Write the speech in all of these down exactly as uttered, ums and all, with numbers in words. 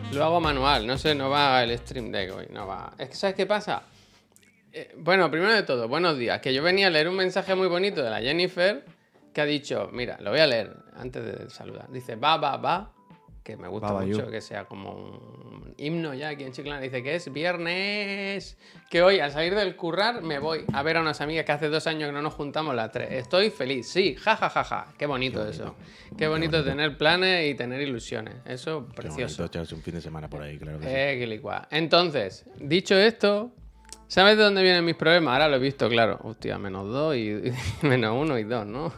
Lo hago manual, no sé, no va el Stream Deck hoy, no va. Es que, ¿sabes qué pasa? Eh, bueno, primero de todo, buenos días. Que yo venía a leer un mensaje muy bonito de la Jennifer que ha dicho, mira, lo voy a leer antes de saludar. Dice, va, va, va, que me gusta Va, va, mucho you. que sea como un himno ya aquí en Chiclana. Dice que es viernes, que hoy al salir del currar me voy a ver a unas amigas que hace dos años que no nos juntamos las tres. Estoy feliz, sí, ja, ja, ja, ja. Qué bonito, Qué eso. bonito. Qué Qué bonito, bonito. tener planes y tener ilusiones. Eso, Qué precioso. bonito echarse un fin de semana por ahí, claro que sí. Eh, quilicua. Entonces, dicho esto, ¿sabes de dónde vienen mis problemas? Ahora lo he visto, claro. Hostia, menos dos y, y menos uno y dos, ¿no?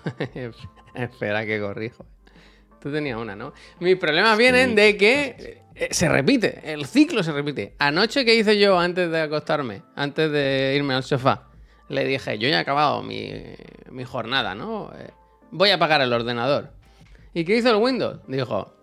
Espera que corrijo. Tú tenías una, ¿no? Mis problemas vienen de que eh, se repite, el ciclo se repite. Anoche, ¿qué hice yo antes de acostarme? Antes de irme al sofá. Le dije, yo ya he acabado mi, mi jornada, ¿no? Eh, voy a apagar el ordenador. ¿Y qué hizo el Windows? Dijo,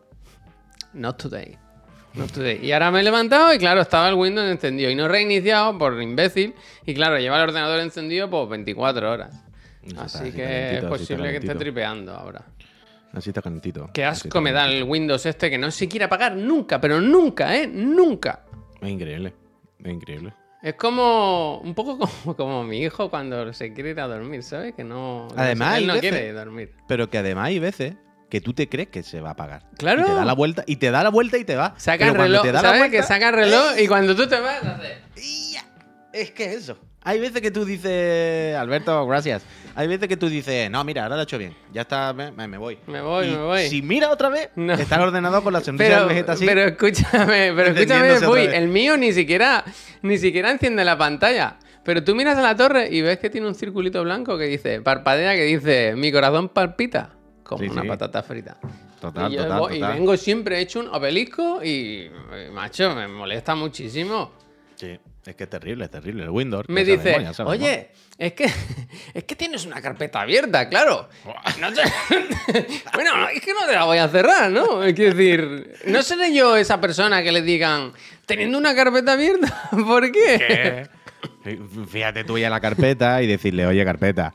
not today. Not today. Y ahora me he levantado y claro, estaba el Windows encendido. Y no he reiniciado por imbécil. Y claro, lleva el ordenador encendido por veinticuatro horas. Eso Así está así que calentito, es así posible está que esté calentito. tripeando ahora. Así está calentito. Qué así asco está me da el calentito. Windows este que no se quiere apagar nunca, pero nunca, ¿eh? Nunca. Es increíble. Es increíble. Es como un poco como, como mi hijo cuando se quiere ir a dormir, ¿sabes? Que no. Además, él hay no veces- quiere dormir. Pero que además hay veces que tú te crees que se va a apagar. Claro. Y te da la vuelta y te da la vuelta y te va. Saca Pero el cuando reloj, te da la ¿sabes? vuelta, Que saca el reloj y cuando tú te vas, hace. ¡Ya! Es que eso. Hay veces que tú dices, Alberto, gracias. Hay veces que tú dices, no, mira, ahora lo he hecho bien. Ya está, me, me voy. Me voy, Y me voy. Si mira otra vez, No. está el ordenador con la sonrisa Pero, del Vegeta así. pero escúchame, pero escúchame, Encendiéndose Puy, otra vez. el mío ni siquiera, ni siquiera enciende la pantalla. Pero tú miras a la torre y ves que tiene un circulito blanco que dice, parpadea, que dice, mi corazón palpita, como Sí, una sí. patata frita. Total, y, yo total, voy- y total. vengo siempre hecho un obelisco y, eh, macho, me molesta muchísimo. Sí, es que es terrible, es terrible. El Windows. Me ya dice, sabemos, ya sabemos. oye, es que, es que tienes una carpeta abierta, claro. No te- bueno, es que no te la voy a cerrar, ¿no? Es decir, no seré yo esa persona que le digan, teniendo una carpeta abierta, ¿por qué? ¿Qué? Fíjate tú ya la carpeta y decirle, oye, carpeta.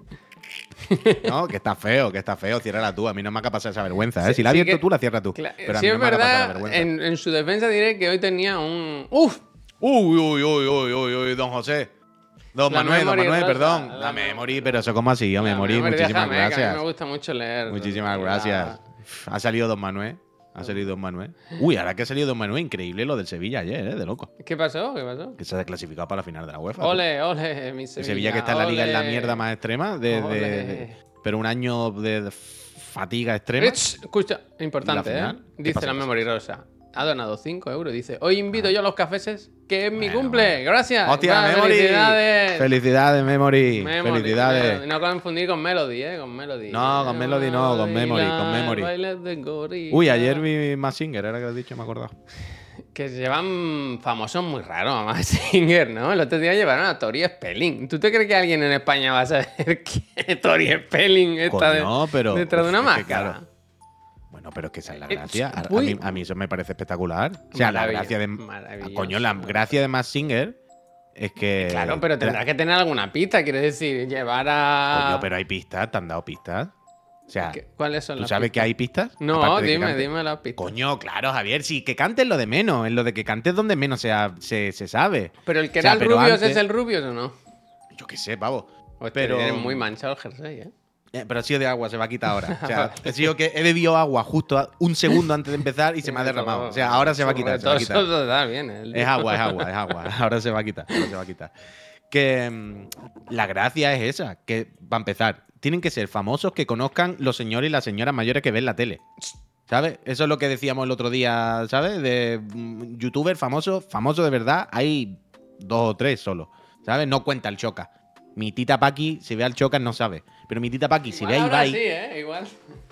No, que está feo, que está feo, ciérrala tú. A mí no me ha pasado esa vergüenza, ¿eh? Sí, si la has sí abierto que- tú, la cierras tú. Cla- Pero a sí, mí es no me ha pasado la verdad, vergüenza. en, en su defensa diré que hoy tenía un... ¡Uf! Uy, uy, uy, uy, uy, uy, don José. Don La Manuel, don memory Manuel, rosa, perdón. la La mem- memory, pero eso como así, yo La memory, memory, muchísimas déjame, que a mí gracias. me gusta mucho leer. Muchísimas la- gracias. Ha salido don Manuel. Ha salido don Manuel. Uy, ahora que ha salido don Manuel, increíble lo del Sevilla ayer, ¿eh? De loco. ¿Qué pasó? ¿Qué pasó? Que se ha desclasificado para la final de la UEFA. tú. Ole, ole, mi El Sevilla. Sevilla que está en la liga en la ole. mierda más extrema, de, de- Ole. de- pero un año de, de fatiga extrema. Ech, Escucha, importante, ¿Y la ¿eh? final? ¿Qué Dice pasa, la qué pasa? memory rosa. Ha donado cinco euros. Dice, hoy invito yo a los cafeses, que es mi Bueno, cumple. bueno. Gracias. ¡Hostia, Va, Memory! Felicidades. ¡Felicidades, Memory! Memory, ¡Felicidades! Melody. No confundir con Melody, ¿eh? Con Melody. No, con Melody no, con Memory, con Memory. Baile de gorila. Uy, ayer vi Massinger, era que lo has dicho, me he acordado. Que llevan famosos muy raros a Massinger, ¿no? El otro día llevaron a Tori Spelling. ¿Tú te crees que alguien en España va a saber que Tori Spelling está de- Coño, pero- detrás de una es que máscara? claro. Bueno, pero es que esa es la Eh, gracia. A, a uy. mí, a mí eso me parece espectacular. O sea, la Maravilloso, gracia de. maravilloso. Coño, la gracia de Massinger es que. Claro, pero tendrá que tener alguna pista, quiero decir, llevar a... Coño, pero hay pistas, te han dado pistas. O sea, ¿Qué- ¿Cuáles son ¿tú las sabes que pistas? hay pistas? No, Aparte de que dime, cante. dime las pistas. Coño, claro, Javier, sí, que cantes lo de menos. En lo de que cantes donde menos se, ha- se, se sabe. Pero el que O sea, era el pero Rubios antes- es el Rubios o no. Yo qué sé, pavo. Hostia, Pero- tiene muy manchado el jersey, ¿eh? Eh, pero ha sido de agua, se va a quitar ahora. O sea, ha sido que he bebido agua justo a- un segundo antes de empezar y se me ha derramado. O sea, ahora se va a quitar. Se va a quitar. Todo está bien, ¿eh? Es agua, es agua, es agua. Ahora se va a quitar, ahora se va a quitar. Que mm, la gracia es esa, que para empezar, tienen que ser famosos que conozcan los señores y las señoras mayores que ven la tele. ¿Sabes? Eso es lo que decíamos el otro día, ¿sabes? De mm, youtuber famoso, famoso de verdad, hay dos o tres solo. ¿Sabes? No cuenta el Choca. Mi tita Paqui, si ve al Choca, no sabe. Pero mi tita Paqui, si ve a Igual ahora Ibai, sí, ¿eh? Igual.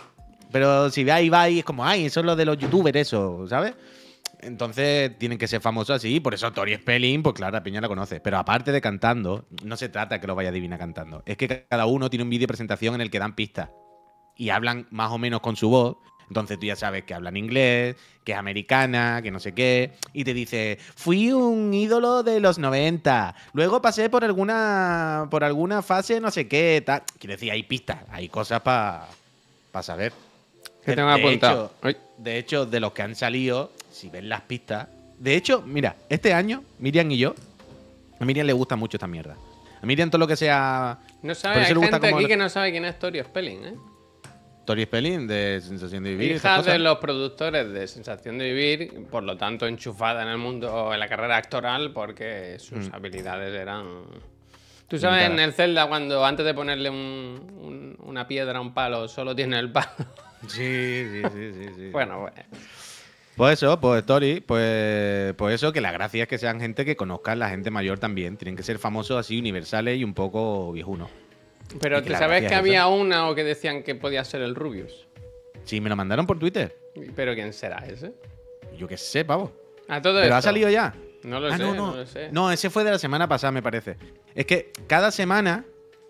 pero si ve a Ibai, es como, ay, eso es lo de los youtubers, eso, ¿sabes? Entonces tienen que ser famosos así. Por eso Tori Spelling, pues claro, la peña la conoce. Pero aparte de cantando, no se trata que lo vaya a adivinar cantando. Es que cada uno tiene un vídeo de presentación en el que dan pistas. Y hablan más o menos con su voz. Entonces tú ya sabes que hablan inglés, que es americana, que no sé qué. Y te dice, fui un ídolo de los noventa. Luego pasé por alguna, por alguna fase, no sé qué. Tal. Quiero decir, hay pistas, hay cosas para saber. Que De- tengo de apuntado. hecho- Ay. de hecho, de los que han salido, si ves las pistas. De hecho, mira, este año, Miriam y yo, a Miriam le gusta mucho esta mierda. A Miriam todo lo que sea. No sabe, por eso hay le gusta gente como aquí lo- que no sabe quién es Tori Spelling, ¿eh? Tori Spelling de Sensación de Vivir. Hija esas de cosas. los productores de Sensación de Vivir, por lo tanto enchufada en el mundo, en la carrera actoral, porque sus habilidades eran... Tú sabes, en Limitadas. el Zelda, cuando antes de ponerle un- un- una piedra a un palo, solo tiene el palo. Sí, sí, sí, sí, sí. Bueno, bueno. Pues eso, pues Tori, pues, pues eso, que la gracia es que sean gente que conozcan la gente mayor también. Tienen que ser famosos así, universales y un poco viejunos. Pero Y que ¿tú la sabes gracia que es había una o que decían que podía ser el Rubius? Sí, me lo mandaron por Twitter. ¿Pero quién será ese? Yo qué sé, pavo. A todo Pero esto. ha salido ya. No lo Ah, sé, no, no. no. lo sé. No, ese fue de la semana pasada, me parece. Es que cada semana.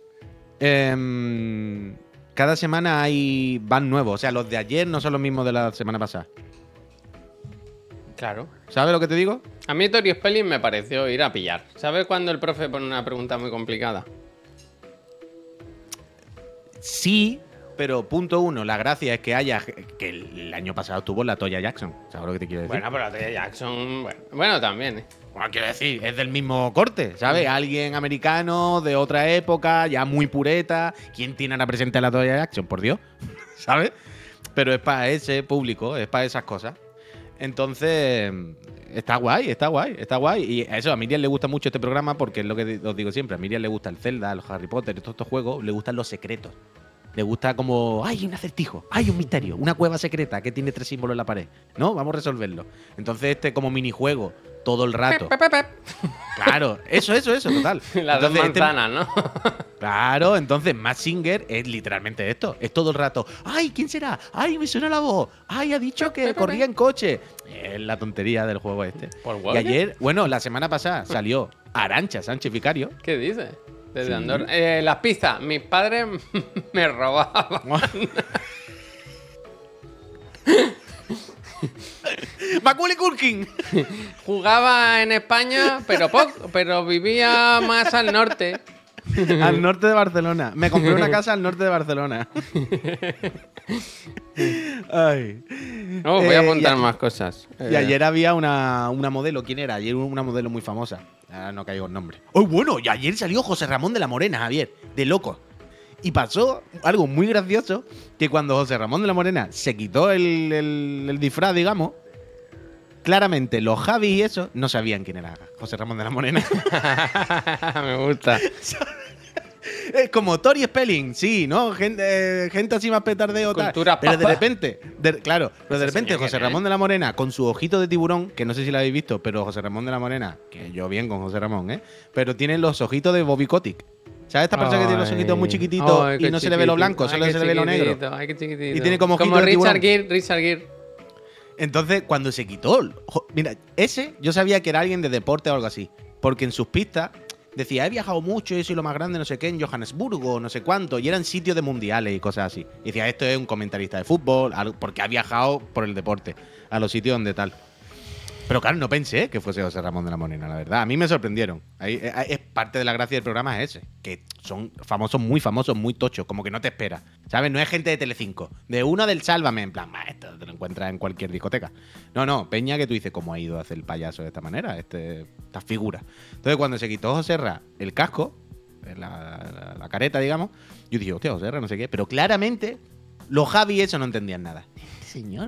em, cada semana hay van nuevos. O sea, los de ayer no son los mismos de la semana pasada. Claro. ¿Sabes lo que te digo? A mí Tori Spelling me pareció ir a pillar. ¿Sabes cuando el profe pone una pregunta muy complicada? Sí, pero punto uno, la gracia es que haya. Que el año pasado estuvo la Toya Jackson. ¿Sabes lo que te quiero decir? Bueno, pero la Toya Jackson... Bueno, bueno, también, ¿eh? Bueno, quiero decir, es del mismo corte, ¿sabes? Alguien americano de otra época, ya muy pureta. ¿Quién tiene ahora presente a la Toya Jackson? Por Dios, ¿sabes? Pero es para ese público, es para esas cosas. Entonces, está guay, está guay, está guay. Y eso, a Miriam le gusta mucho este programa porque es lo que os digo siempre. A Miriam le gusta el Zelda, el Harry Potter, todos estos juegos, le gustan los secretos. Le gusta como, hay un acertijo, hay un misterio, una cueva secreta que tiene tres símbolos en la pared. ¿No? Vamos a resolverlo. Entonces, este como minijuego, todo el rato. Pep, pep, pep. Claro, eso, eso, eso, total. Las dos Entonces, este- manzanas, ¿no? Claro, entonces Matt Singer es literalmente esto. Es todo el rato. ¡Ay, quién será! ¡Ay, me suena la voz! ¡Ay, ha dicho que corría en coche! Es la tontería del juego este. ¿Por Y Walker? ayer, bueno, la semana pasada salió Arancha Sánchez Vicario. ¿Qué dices? Desde Sí. Andorra. Eh, las pistas. Mis padres me robaban. ¡Macaulay Culkin! Jugaba en España, pero poco, pero vivía más al norte. Al norte de Barcelona. Me compré una casa al norte de Barcelona. Ay. No, voy a Eh, apuntar y a- más cosas. Y Eh, ayer había una, una modelo, ¿quién era? Ayer una modelo muy famosa. Ahora no caigo el nombre. ¡Oh, bueno! Y ayer salió José Ramón de la Morena, Javier. De loco. Y pasó algo muy gracioso, que cuando José Ramón de la Morena se quitó el, el- el disfraz, digamos, claramente los Javis y eso no sabían quién era José Ramón de la Morena. me gusta. Es como Tori Spelling, sí, ¿no? Gente, eh, gente así más petardeo tal. Cultura Pero de papa. repente, de- claro, pero de Ese repente señor, José ¿quién es? Ramón de la Morena con su ojito de tiburón, que no sé si lo habéis visto, pero José Ramón de la Morena, que yo bien con José Ramón, ¿eh? Pero tiene los ojitos de Bobby Kotick. ¿Sabes esta persona que tiene los ojitos muy chiquititos Ay, y qué no se le ve lo chiquitito. blanco, Ay, solo qué se le ve lo negro? chiquitito, ay, qué chiquitito. Y tiene como ojito Como de Richard tiburón. Gere, Richard Gere. Entonces, cuando se quitó, jo- mira, ese yo sabía que era alguien de deporte o algo así, porque en sus pistas decía, he viajado mucho, y soy lo más grande, no sé qué, en Johannesburgo, no sé cuánto, y eran sitios de mundiales y cosas así. Y decía, esto es un comentarista de fútbol, algo- porque ha viajado por el deporte, a los sitios donde tal. Pero claro, no pensé que fuese José Ramón de la Morena, la verdad. A mí me sorprendieron. Ahí, eh, es parte de la gracia del programa es ese, que son famosos, muy famosos, muy tochos, como que no te esperas. ¿Sabes? No es gente de Telecinco. De uno del Sálvame, en plan, "Bah, esto te lo encuentras en cualquier discoteca". No, no, Peña que tú dices, ¿cómo ha ido a hacer el payaso de esta manera? Este, esta figura. Entonces, cuando se quitó José Ra el casco, la, la- la careta, digamos, yo dije, hostia, José Ra, no sé qué. Pero claramente, los Javi y eso no entendían nada. Este señor.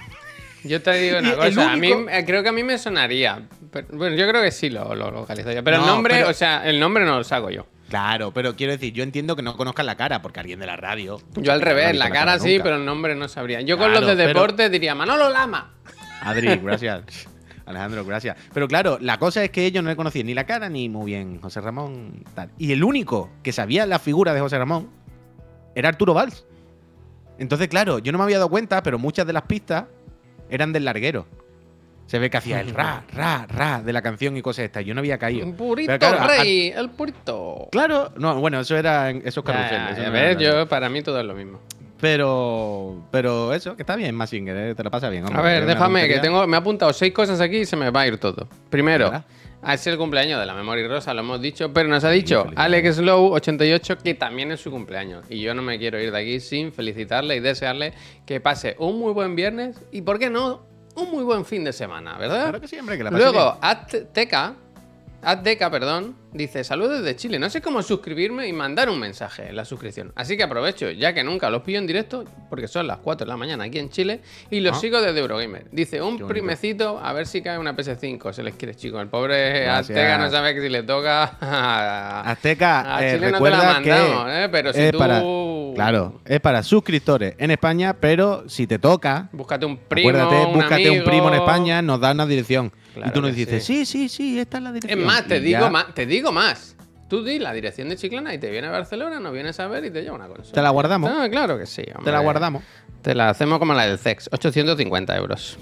Yo te digo Y una el cosa, a mí único- eh, creo que a mí me sonaría. Pero- bueno, yo creo que sí lo, lo localizo yo. Pero el No, nombre, pero- o sea, el nombre no lo saco yo. Claro, pero quiero decir, yo entiendo que no conozcan la cara, porque alguien de la radio. Yo al no ha revés, visto la cara sí, nunca. pero el nombre no sabría. Yo con Claro, los de pero- deporte diría Manolo Lama. Adri, gracias. Alejandro, gracias. Pero claro, la cosa es que ellos no le conocían ni la cara ni muy bien José Ramón tal. Y el único que sabía la figura de José Ramón era Arturo Valls. Entonces, claro, yo no me había dado cuenta, pero muchas de las pistas eran del larguero. Se ve que hacía el ra, ra, ra de la canción y cosas estas. Yo no había caído. Un purito Pero claro, a- rey, el purito. Claro, no, bueno, eso era en esos Ya, carruseles. ya, eso ya no ves, era nada. yo para mí todo es lo mismo. Pero, pero eso, que está bien, Mazinger, ¿eh? Te lo pasa bien. hombre, A ver, que es una déjame, que tontería. tengo, me he apuntado seis cosas aquí y se me va a ir todo. Primero, ¿Verdad? es el cumpleaños de la Memory Rosa, lo hemos dicho, pero nos ha dicho feliz Alex Slow ochenta y ocho que también es su cumpleaños. Y yo no me quiero ir de aquí sin felicitarle y desearle que pase un muy buen viernes y, ¿por qué no?, un muy buen fin de semana, ¿verdad? Claro que sí, hombre, que la pase Luego, bien. Azteca, Azteca, perdón, dice, saludos desde Chile. No sé cómo suscribirme y mandar un mensaje en la suscripción. Así que aprovecho, ya que nunca los pillo en directo, porque son las cuatro de la mañana aquí en Chile, y los Ah. sigo desde Eurogamer. Dice, un Qué bonito. primecito, a ver si cae una P S cinco. Se les quiere, chicos. El pobre Gracias. Azteca no sabe que si le toca a, Azteca, a eh, Chile no te la recuerda mandamos, que ¿eh? Pero si es tú... para, claro, es para suscriptores en España, pero si te toca, Búscate un primo, acuérdate, un búscate amigo. un primo en España, nos da una dirección. Claro y tú nos que dices, sí. sí, sí, sí, esta es la Es dirección. más, te Y digo ya más, te digo más. Tú di la dirección de Chiclana y te viene a Barcelona, nos vienes a ver y te lleva una consola. Te la guardamos. Ah, claro que sí, hombre. Te la guardamos. Te la hacemos como la del Zex, ochocientos cincuenta euros.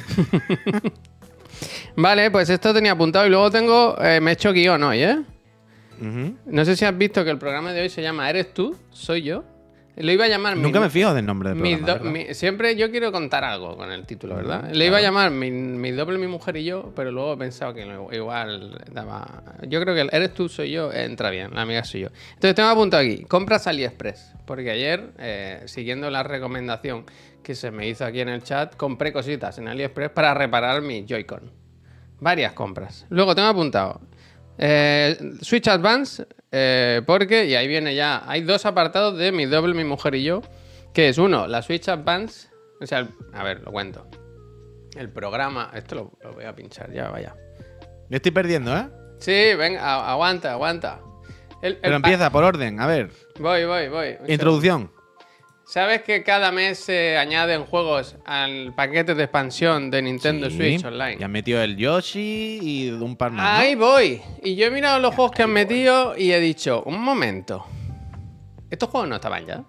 Vale, pues esto tenía apuntado y luego tengo, eh, me he hecho guión hoy, ¿eh? Ujú. No sé si has visto que el programa de hoy se llama ¿Eres tú? ¿Soy yo? Lo iba a llamar... Nunca mi- me fijo del nombre del mi programa. do- ¿verdad? mi- siempre yo quiero contar algo con el título, ¿verdad? Mm, Le iba a claro. llamar mi, mi doble, mi mujer y yo, pero luego he pensado que lo- igual daba... Yo creo que el eres tú, soy yo, entra bien, la amiga soy yo. Entonces tengo apuntado aquí, compras AliExpress, porque ayer, eh, siguiendo la recomendación que se me hizo aquí en el chat, compré cositas en AliExpress para reparar mi Joy-Con. Varias compras. Luego tengo apuntado eh, Switch Advance, eh, porque, y ahí viene ya, hay dos apartados de mi doble, mi mujer y yo, que es uno, la Switch Advance, o sea, el- a ver, lo cuento. El programa, esto lo, lo voy a pinchar ya, vaya. Me estoy perdiendo, ¿eh? Sí, venga, a- aguanta, aguanta. El- el Pero pa- empieza por orden. A ver, Voy, voy, voy. Un introducción. ¿Sabes que cada mes se añaden juegos al paquete de expansión de Nintendo Sí, Switch Online? Y han metido el Yoshi y un par más. ¿no? Ahí voy. Y yo he mirado los juegos que han metido y he dicho, un momento. ¿Estos juegos no estaban ya?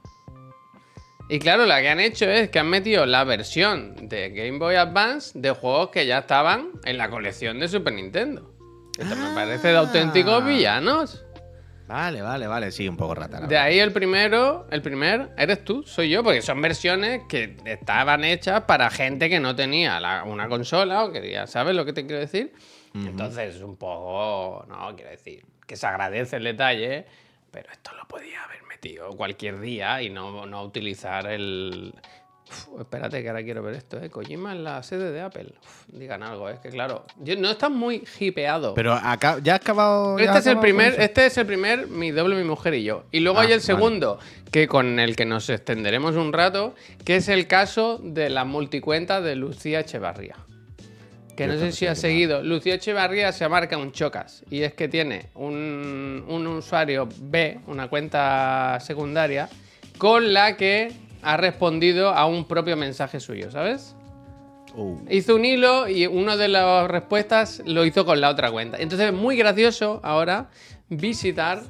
Y claro, lo que han hecho es que han metido la versión de Game Boy Advance de juegos que ya estaban en la colección de Super Nintendo. Esto me parece de auténticos villanos. Vale, vale, vale. Sí, un poco rata. la De verdad. ahí el primero, el primer, eres tú, soy yo, porque son versiones que estaban hechas para gente que no tenía la- una consola o quería, ¿sabes lo que te quiero decir? Entonces, un poco, no, quiero decir, que se agradece el detalle, pero esto lo podía haber metido cualquier día y no, no utilizar el... Uf, espérate que ahora quiero ver esto, ¿eh? Kojima en la sede de Apple. Uf, digan algo, es que claro, yo- no estás muy hipeado. Pero acá, ya has acabado. ya Este has es el acabado primer, con eso? este es el primer, mi doble, mi mujer y yo. Y luego Ah, hay el vale. segundo, que con el que nos extenderemos un rato, que es el caso de la multicuenta de Lucía Echevarría. Que Yo no esto sé no si sé has qué seguido. Lucía Echevarría se marca un chocas. Y es que tiene un, un usuario B, una cuenta secundaria, con la que ha respondido a un propio mensaje suyo, ¿sabes? Uh, Hizo un hilo y una de las respuestas lo hizo con la otra cuenta. Entonces es muy gracioso ahora visitar...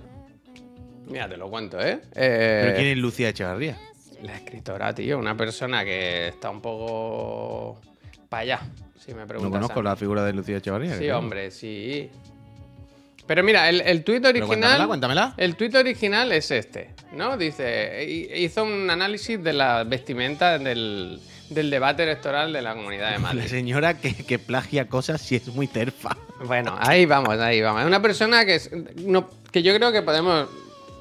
Mira, te lo cuento, ¿eh? Eh, ¿Pero quién es Lucía Echevarría? La escritora, tío. Una persona que está un poco... para allá, si me No preguntas. conozco a mí. la figura de Lucía Echevarría. Sí, que tengo. hombre, sí. Pero mira, el, el tuit Pero original... cuéntamela, cuéntamela. El tuit original es este, ¿no? Dice, hi- hizo un análisis de la vestimenta del, del debate electoral de la Comunidad de Madrid. La señora que, que plagia cosas sí es muy terfa. Bueno, ahí vamos, ahí vamos. Es una persona que, es- no- que yo creo que podemos...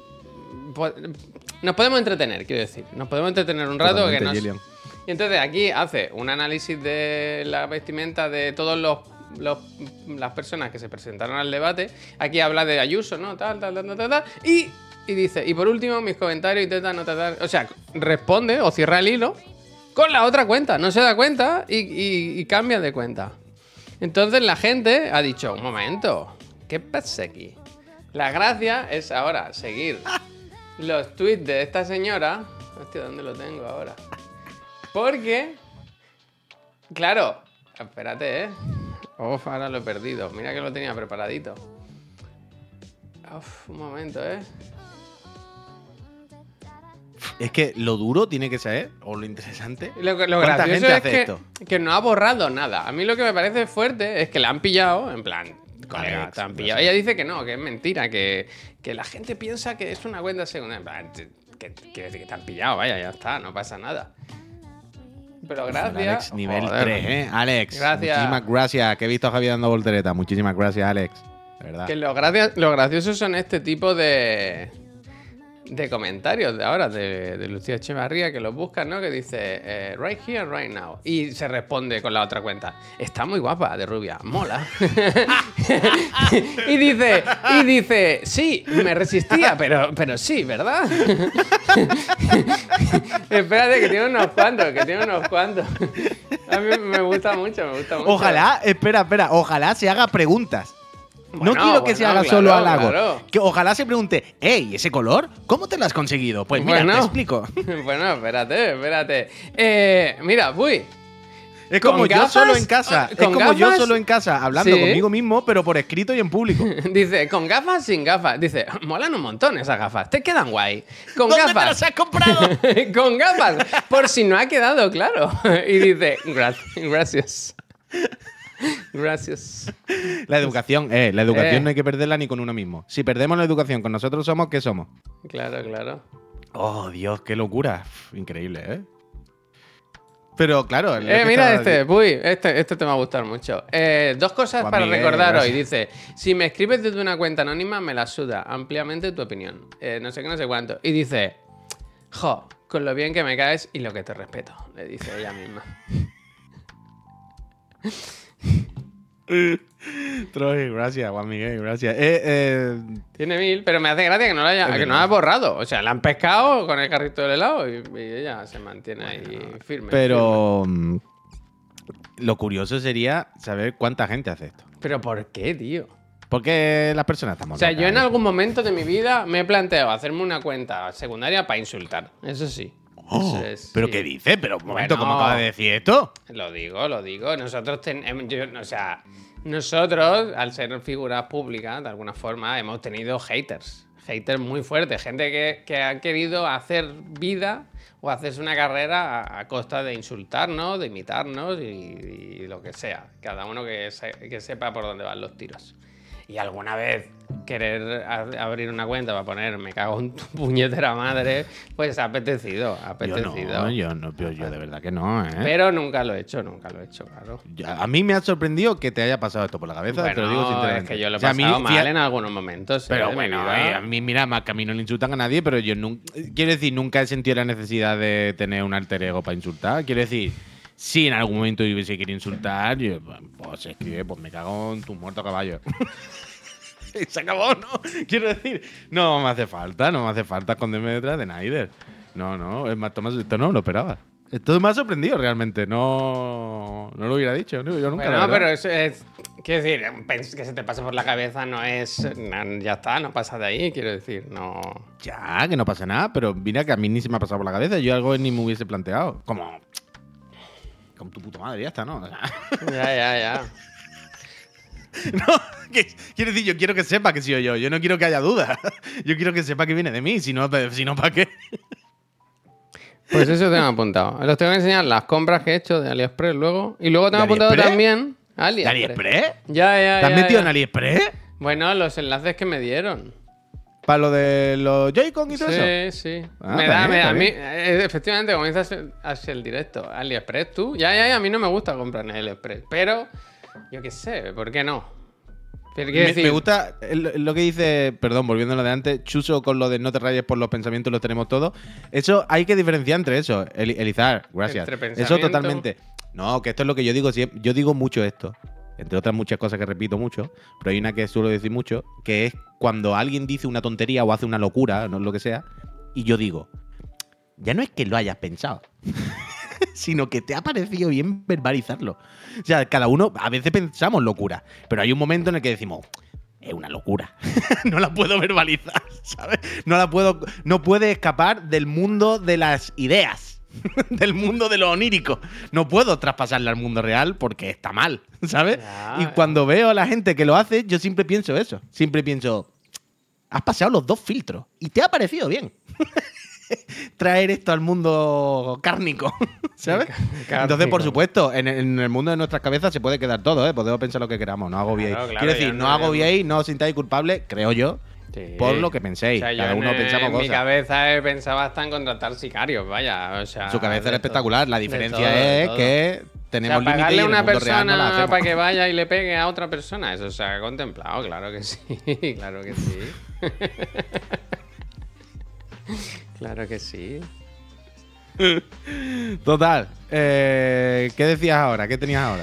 po- Nos podemos entretener, quiero decir. Nos podemos entretener un rato. Que Totalmente, nos... Gillian. Y entonces aquí hace un análisis de la vestimenta de todos los, los- las personas que se presentaron al debate. Aquí habla de Ayuso, ¿no? Tal, tal, tal, tal, tal. tal. Y, y dice, y por último, mis comentarios y tal, tal, tal, tal. O sea, responde o cierra el hilo con la otra cuenta. No se da cuenta y, y- y cambia de cuenta. Entonces la gente ha dicho, un momento, ¿qué pasa aquí? La gracia es ahora seguir los tweets de esta señora. Hostia, ¿dónde lo tengo ahora? Porque, claro, espérate, ¿eh? Uf, ahora lo he perdido. Mira que lo tenía preparadito. Uf, un momento, ¿eh? Es que lo duro tiene que ser, o lo interesante. Lo, que- lo ¿Cuánta gracioso gente es hace que, esto? que no ha borrado nada. A mí lo que me parece fuerte es que la han pillado, en plan, colega, Alex, te han no pillado. sé. Ella dice que no, que es mentira, que, que la gente piensa que es una cuenta secundaria. En plan, te- que quiere decir que te han pillado, vaya, ya está, no pasa nada. Pero gracias. Alex, nivel Joder. tres, ¿eh? Alex, Gracias. muchísimas gracias. Que he visto a Javier dando voltereta. Muchísimas gracias, Alex. De verdad. Que lo, gracia- lo gracioso son este tipo de. de comentarios de ahora de, de Lucía Echevarría que los buscas, ¿no? Que dice eh, right here, right now. Y se responde con la otra cuenta. Está muy guapa de rubia, mola. y dice, y dice, sí, me resistía, pero, pero sí, ¿verdad? Espérate, que tiene unos cuantos, que tiene unos cuantos. A mí me gusta mucho, me gusta mucho. Ojalá, espera, espera, ojalá se haga preguntas. Bueno, no quiero que bueno, se haga claro, solo halago. claro. Que ojalá se pregunte, hey, ¿ese color? ¿Cómo te lo has conseguido? Pues mira, Bueno. te explico. Bueno, espérate, espérate. Eh, mira, uy. Es como ¿Con yo gafas? solo en casa. Es ¿Con como yo gafas? solo en casa, hablando Sí. conmigo mismo, pero por escrito y en público. Dice, con gafas, sin gafas. Dice, molan un montón esas gafas. Te quedan guay. Con ¿Dónde te gafas. las has comprado? Con gafas. Por si no ha quedado claro. Y dice, "Gra- gracias. Gracias. La educación, eh, la educación Eh. no hay que perderla ni con uno mismo. Si perdemos la educación con nosotros somos, ¿qué somos? Claro, claro. Oh, Dios, qué locura. Uf, increíble, ¿eh? Pero claro. es lo Eh, que mira estaba este, uy, este, este te va a gustar mucho. Eh, dos cosas Juan para Miguel, recordar gracias. hoy. Dice, si me escribes desde una cuenta anónima, me la suda ampliamente tu opinión. Eh, no sé qué, no sé cuánto. Y dice, jo, con lo bien que me caes y lo que te respeto, le dice ella misma. Troy, gracias, Juan Miguel, gracias. Eh, eh, Tiene mil, pero me hace gracia que no lo haya, Es que no verdad. haya borrado. O sea, la han pescado con el carrito del helado y, y ella se mantiene ahí firme. pero mm, lo curioso sería saber cuánta gente hace esto. firme. Pero ¿por qué, tío? Porque las personas estamos O sea, locas, yo en ¿eh? algún momento de mi vida me he planteado hacerme una cuenta secundaria para insultar. Eso sí. Oh, Eso es, ¿Pero sí. qué dices? Pero un momento, Bueno. ¿cómo acaba de decir esto? Lo digo, lo digo. Nosotros tenemos. O sea, nosotros, al ser figuras públicas, de alguna forma, hemos tenido haters. Haters muy fuertes. Gente que, que ha querido hacer vida o hacerse una carrera a, a costa de insultarnos, de imitarnos y, y lo que sea. Cada uno que, se- que sepa por dónde van los tiros. Y alguna vez querer a- abrir una cuenta para poner me cago en tu puñetera madre, pues ha apetecido, ha Yo apetecido. no, yo no, yo, yo de verdad que no, ¿eh? Pero nunca lo he hecho, nunca lo he hecho, claro. Ya, a mí me ha sorprendido que te haya pasado esto por la cabeza, te lo digo Bueno, sinceramente. es que yo lo he O sea, a mí, pasado mal fíjate- en algunos momentos. eh, Pero de mi bueno, vida. eh, a mí, mira, más que a mí no le insultan a nadie, pero yo nunca. Quiero decir, nunca he sentido la necesidad de tener un alter ego para insultar. Quiero decir, si en algún momento yo hubiese querido insultar, yo, pues se escribe, pues me cago en tu muerto caballo. Y se acabó, ¿no? Quiero decir, no me hace falta, no me hace falta esconderme detrás de Snyder. No, no, es más, Tomás, esto no lo esperaba. Esto me ha sorprendido realmente, no, no lo hubiera dicho, ¿no? Yo nunca. la Bueno, verdad. pero eso es. Quiero decir, pens- que se te pase por la cabeza no es. no, ya está, no pasa de ahí, quiero decir, no. Ya, que no pasa nada, pero mira que a mí ni se me ha pasado por la cabeza, yo algo ni me hubiese planteado. Como. Con tu puta madre, ya está, ¿no? O sea, Ya, ya, ya. no, que- quiero decir, yo quiero que sepa que soy yo, yo no quiero que haya duda. Yo quiero que sepa que viene de mí, si no, si no ¿para qué? Pues eso tengo apuntado. Los tengo que enseñar las compras que he hecho de AliExpress luego. Y luego tengo ¿De apuntado AliExpress? también. ¿De AliExpress. AliExpress? Ya, ya, ¿Te has ya, metido ya. en AliExpress? Bueno, los enlaces que me dieron. ¿Para lo de los Joy-Con y todo eso? Sí, sí. Ah, me está da, bien, me da está a mí, bien. eh, efectivamente, como dices hacia el directo, AliExpress, tú. Ya, ya, ya, a mí no me gusta comprar en AliExpress. Pero, yo qué sé, ¿por qué no? Pero quiero Me, decir, me gusta el- lo que dice, perdón, volviendo a lo de antes, Chuso con lo de no te rayes por los pensamientos, los tenemos todos. Eso hay que diferenciar entre eso. El, Elizar, gracias. Entre Eso pensamiento- totalmente. No, que esto es lo que yo digo siempre. Yo digo mucho esto, entre otras muchas cosas que repito mucho, pero hay una que suelo decir mucho, que es cuando alguien dice una tontería o hace una locura, no lo que sea, y yo digo, ya no es que lo hayas pensado, sino que te ha parecido bien verbalizarlo. O sea, cada uno, a veces pensamos locura, pero hay un momento en el que decimos, es una locura. No la puedo verbalizar, ¿sabes? No la puedo, no puede escapar del mundo de las ideas, del mundo de lo onírico. No puedo traspasarla al mundo real porque está mal, ¿sabes? Ya, y ya. cuando veo a la gente que lo hace, yo siempre pienso eso. Siempre pienso, has pasado los dos filtros y te ha parecido bien. Traer esto al mundo cárnico, ¿sabes? Cárnico. Entonces, por supuesto, en, en el mundo de nuestras cabezas se puede quedar todo, ¿eh? Podemos pensar lo que queramos, no agobiéis. Claro, claro, Quiero decir, ya no no- agobiéis, no os sintáis culpables, creo yo, sí. por lo que penséis. O sea, yo Cada en, uno pensamos en cosas. mi cabeza he pensado hasta en contratar sicarios, vaya. O sea, En su cabeza de era espectacular. todo. La De diferencia todo, de es todo. que O tenemos sea, límites y pagarle en a el una mundo real no la persona hacemos. para que vaya y le pegue a otra persona, eso se ha contemplado, claro que sí, claro que sí. Claro que sí. Total. Eh, ¿Qué decías ahora? ¿Qué tenías ahora?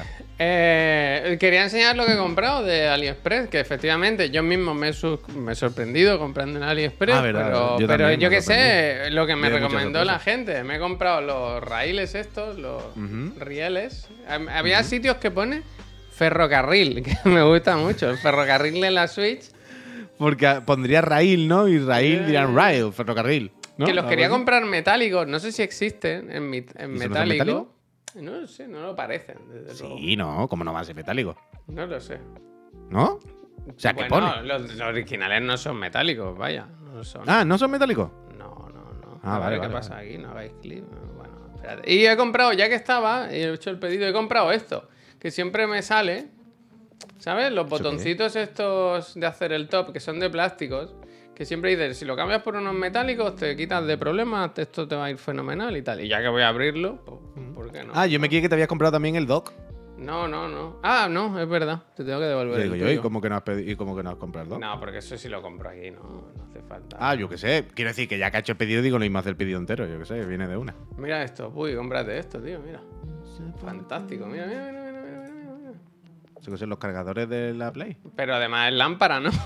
Eh, quería enseñar lo que he comprado de AliExpress, que efectivamente yo mismo me he, su- me he sorprendido comprando en AliExpress, Ah, verdad, pero yo yo, pero también yo me qué sé, sorprendí. lo que me Me dio mucha recomendó la sorpresa. gente. Me he comprado los raíles estos, los Ujú. rieles. Hab- Había sitios que pone ferrocarril, que me gusta mucho, el ferrocarril de la Switch, Porque pondría raíl, ¿no? Y raíl Yeah, dirán yeah, yeah. rail, ferrocarril. ¿No? que los Algo quería así. comprar metálicos, no sé si existen en, mit- en ¿Y eso no son metálico. No lo sé, no lo parecen, desde luego. Sí, no, ¿cómo no va a ser metálico? No lo sé. ¿No? O sea, ¿qué Bueno, pone? los, los originales no son metálicos, vaya. No son. Ah, ¿no son metálicos? No, no, no. Ah, A vale, ver, vale, ¿qué pasa vale. aquí? No hagáis clip. Bueno, espérate. Y he comprado, ya que estaba, y he hecho el pedido, he comprado esto. Que siempre me sale. ¿Sabes? Los qué es? botoncitos estos de hacer el top, que son de plásticos. Que siempre dices, si lo cambias por unos metálicos, te quitas de problemas, esto te va a ir fenomenal y tal. Y ya que voy a abrirlo, pues, ¿por qué no? Ah, yo me quiero que te habías comprado también el dock. No, no, no. Ah, no, es verdad. Te tengo que devolver Yo el digo yo, ¿y tuyo. cómo que no has, pedi- y cómo que no has comprado el dock? No, porque eso sí lo compro aquí, no, no hace falta. Ah, yo qué sé. Quiero decir que ya que ha hecho el pedido, digo lo mismo hacer el pedido entero. Yo qué sé, viene de una. Mira esto, uy, cómprate esto, tío, mira. Fantástico, mira, mira, mira, mira, mira, mira, mira. Eso que son los cargadores de la Play. Pero además es lámpara, ¿no?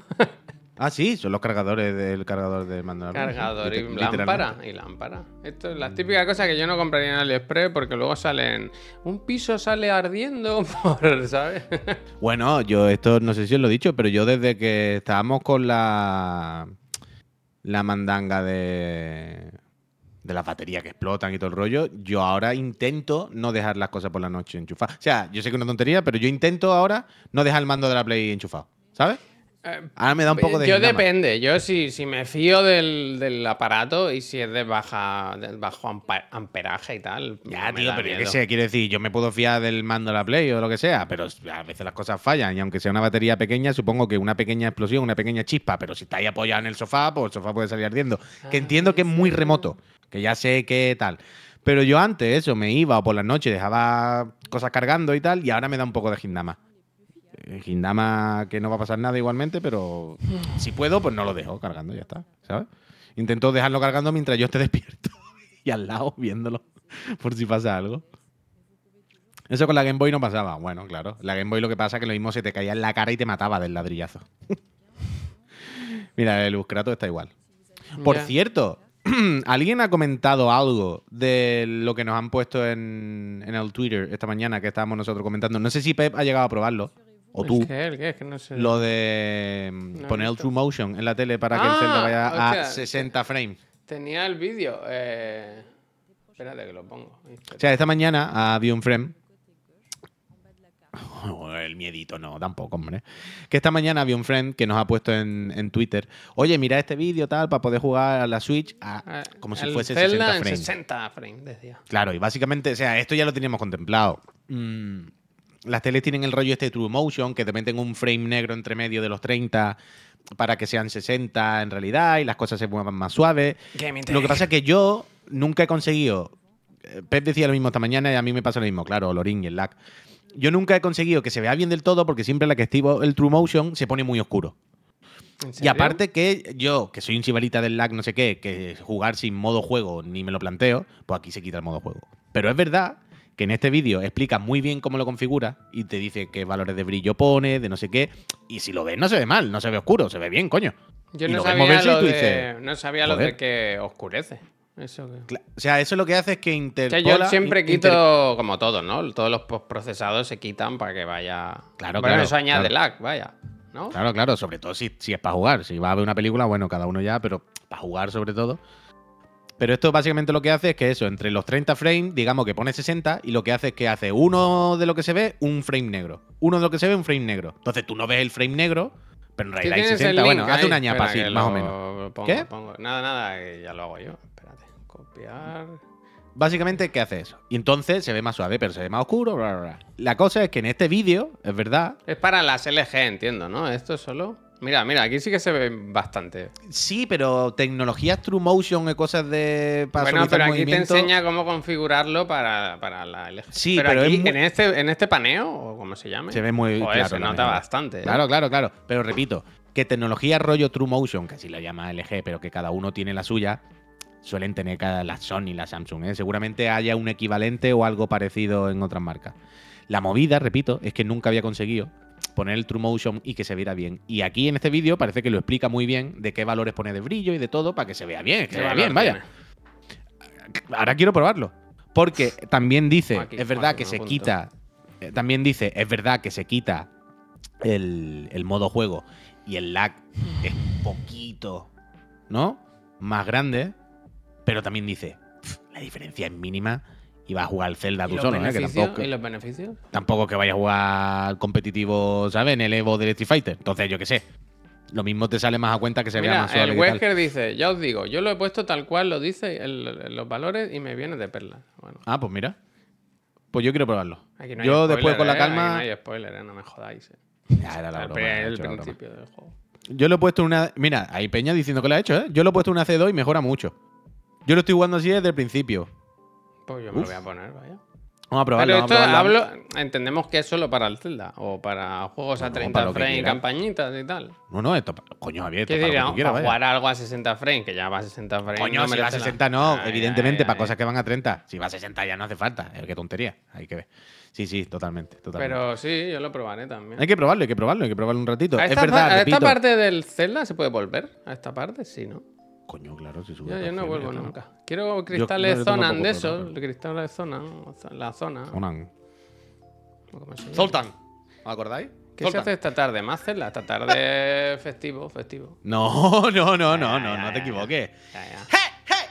Ah, sí, son los cargadores del cargador del mando de la Play, sí, Cargador y liter- lámpara. literalmente. Y lámpara. Esto es la típica cosa que yo no compraría en AliExpress porque luego salen. Un piso sale ardiendo por, ¿sabes? Bueno, yo esto no sé si os lo he dicho, pero yo desde que estábamos con la la mandanga de de las baterías que explotan y todo el rollo, yo ahora intento no dejar las cosas por la noche enchufadas. O sea, yo sé que es una tontería, pero yo intento ahora no dejar el mando de la Play enchufado, ¿sabes? Ahora me da un poco de Yo gindama. depende, yo si, si me fío del, del aparato y si es de baja del bajo ampa- amperaje y tal. Ya, no me tío, da pero yo qué miedo. sé, quiero decir, yo me puedo fiar del mando de la Play o lo que sea, pero a veces las cosas fallan y aunque sea una batería pequeña, supongo que una pequeña explosión, una pequeña chispa, pero si está ahí apoyado en el sofá, pues el sofá puede salir ardiendo. Que entiendo que es muy remoto, que ya sé qué tal. Pero yo antes eso, me iba o por las noches dejaba cosas cargando y tal, y ahora me da un poco de gindama. Eh, Gindama que no va a pasar nada igualmente, pero si puedo, pues no lo dejo cargando, ya está, ¿sabes? Intento dejarlo cargando mientras yo esté despierto y al lado viéndolo, por si pasa algo. Eso con la Game Boy no pasaba. Bueno, claro. La Game Boy lo que pasa es que lo mismo se te caía en la cara y te mataba del ladrillazo. Mira, el Buscrato está igual. Por Ya. cierto, ¿alguien ha comentado algo de lo que nos han puesto en, en el Twitter esta mañana que estábamos nosotros comentando? No sé si Pep ha llegado a probarlo. O ¿El tú. qué? ¿El qué? Es que no sé. Lo de mm, No he poner el visto. True Motion en la tele para que el Ah, Zelda vaya a hostia, sesenta frames. Tenía el vídeo. Eh... Espérate que lo pongo. O sea, esta mañana había un frame. Oh, el miedito, no, tampoco, hombre. Que esta mañana había un friend que nos ha puesto en, en Twitter. Oye, mira este vídeo tal para poder jugar a la Switch a- Ah, como si el fuese Zelda sesenta en frames. sesenta frames, decía. Claro, y básicamente, o sea, esto ya lo teníamos contemplado. Mm, las teles tienen el rollo este de True Motion, que te meten un frame negro entre medio de los treinta para que sean sesenta en realidad y las cosas se muevan más suaves. Gaming Lo que Tech. pasa es que yo nunca he conseguido. eh, Pep decía lo mismo esta mañana y a mí me pasa lo mismo, claro, Lorín y el lag. Yo nunca he conseguido que se vea bien del todo porque siempre la que activo el True Motion se pone muy oscuro. ¿En Y serio? aparte que yo, que soy un chivarita del lag, no sé qué, que jugar sin modo juego ni me lo planteo, pues aquí se quita el modo juego. Pero es verdad que en este vídeo explica muy bien cómo lo configura y te dice qué valores de brillo pone, de no sé qué. Y si lo ves, no se ve mal, no se ve oscuro, se ve bien, coño. Yo Y no lo ves sabía, moverse y lo tú de, dices, no sabía lo joder. de que oscurece. Eso que... Cla- O sea, eso lo que hace es que O sea, interpola... yo siempre in- quito, inter- como todos, ¿no? Todos los postprocesados se quitan para que vaya... Claro, Bueno, claro, eso añade claro. lag, vaya. ¿No? Claro, claro, sobre todo si, si es para jugar. Si vas a ver una película, bueno, cada uno ya, pero para jugar sobre todo. Pero esto básicamente lo que hace es que eso, entre los treinta frames, digamos que pone sesenta, y lo que hace es que hace uno de lo que se ve, un frame negro. Uno de lo que se ve, un frame negro. Entonces tú no ves el frame negro, pero en ¿Qué realidad hay tienes el sesenta. link Bueno, hace ahí? una ñapa Espera, así, que más o lo menos. pongo, ¿Qué? pongo. Nada, nada, que ya lo hago yo. Espérate. Copiar. Básicamente, ¿qué hace eso? Y entonces se ve más suave, pero se ve más oscuro. Bla, bla, bla. La cosa es que en este vídeo, es verdad, Es para las L G, entiendo, ¿no? Esto es solo... Mira, mira, aquí sí que se ve bastante. sí, pero tecnologías True Motion y cosas de para Bueno, suavizar pero aquí te movimiento. enseña cómo configurarlo para, para la L G. Sí, pero, pero aquí, es muy- en, este, en este paneo, o como se llame, Se ve muy joder, claro. se la nota mejora. bastante. ¿eh? Claro, claro, claro. Pero repito, que tecnología rollo True Motion, que así la llama L G, pero que cada uno tiene la suya, suelen tener cada la Sony y la Samsung. ¿eh? Seguramente haya un equivalente o algo parecido en otras marcas. La movida, repito, es que nunca había conseguido poner el True Motion y que se viera bien. Y aquí en este vídeo parece que lo explica muy bien de qué valores pone de brillo y de todo para que se vea bien. Que se vea bien, vaya. Ahora quiero probarlo. Porque también dice, Aquí, es verdad aquí, que me se apunto. quita. eh, También dice, es verdad que se quita el, el modo juego y el lag es poquito, ¿no? Más grande. Pero también dice, "Pf, la diferencia es mínima y vas a jugar al Zelda ¿Y tú los solo, ¿eh? Que beneficios? tampoco, ¿Y los beneficios? tampoco que vayas a jugar competitivo, ¿sabes? En el Evo del Street Fighter. Entonces, yo qué sé. Lo mismo te sale más a cuenta que se vea Mira, más suave el y tal. Wesker dice, ya os digo, yo lo he puesto tal cual lo dice el- el- los valores y me viene de perlas. Bueno, Ah, pues mira. Pues yo quiero probarlo. aquí no hay Yo spoiler, después con la ¿eh? calma. Aquí no hay spoiler, ¿eh? No me jodáis. ¿eh? Ya era la El, broma, pri- he el hecho la broma. principio del juego. Yo lo he puesto en una. Mira, hay Peña diciendo que lo ha hecho, ¿eh? Yo lo he puesto en una C dos y mejora mucho. Yo lo estoy jugando así desde el principio. Pues yo me Uf. lo voy a poner, vaya. Vamos a probarlo, Pero vamos esto a probarlo. hablo, entendemos que es solo para el Zelda o para juegos a No, treinta para lo que frames, quiera. campañitas y tal. No, no, esto. Coño, Javier, esto ¿Qué para diría? lo que tú quieras, Para vaya. jugar algo a sesenta frames, que ya va a sesenta frames. Coño, no si va a merece la- sesenta no, Ay, evidentemente, ay, para ay. cosas que van a treinta. Si va a sesenta ya no hace falta. Eh, qué tontería. Hay que ver. Sí, sí, totalmente, totalmente. Pero sí, yo lo probaré también. Hay que probarlo, hay que probarlo, hay que probarlo un ratito. ¿A Es esta, verdad, pa- a esta repito. parte del Zelda se puede volver? ¿A esta parte? Sí, ¿no? Coño, claro, si sube. Yo, yo no opciones, vuelvo ya está. nunca. Quiero no, cristales yo tengo Zonan poco de problema, esos. Cristales de zona. La zona. Conan. ¿Cómo se llama? Zoltan. ¿Os acordáis? ¿Qué se hace esta tarde? ¿Más Zelda? Esta tarde festivo, festivo. No, no, no, no, Ya, no, ya, no ya, te ya. equivoques. Ya, ya. ¡Hey, hey!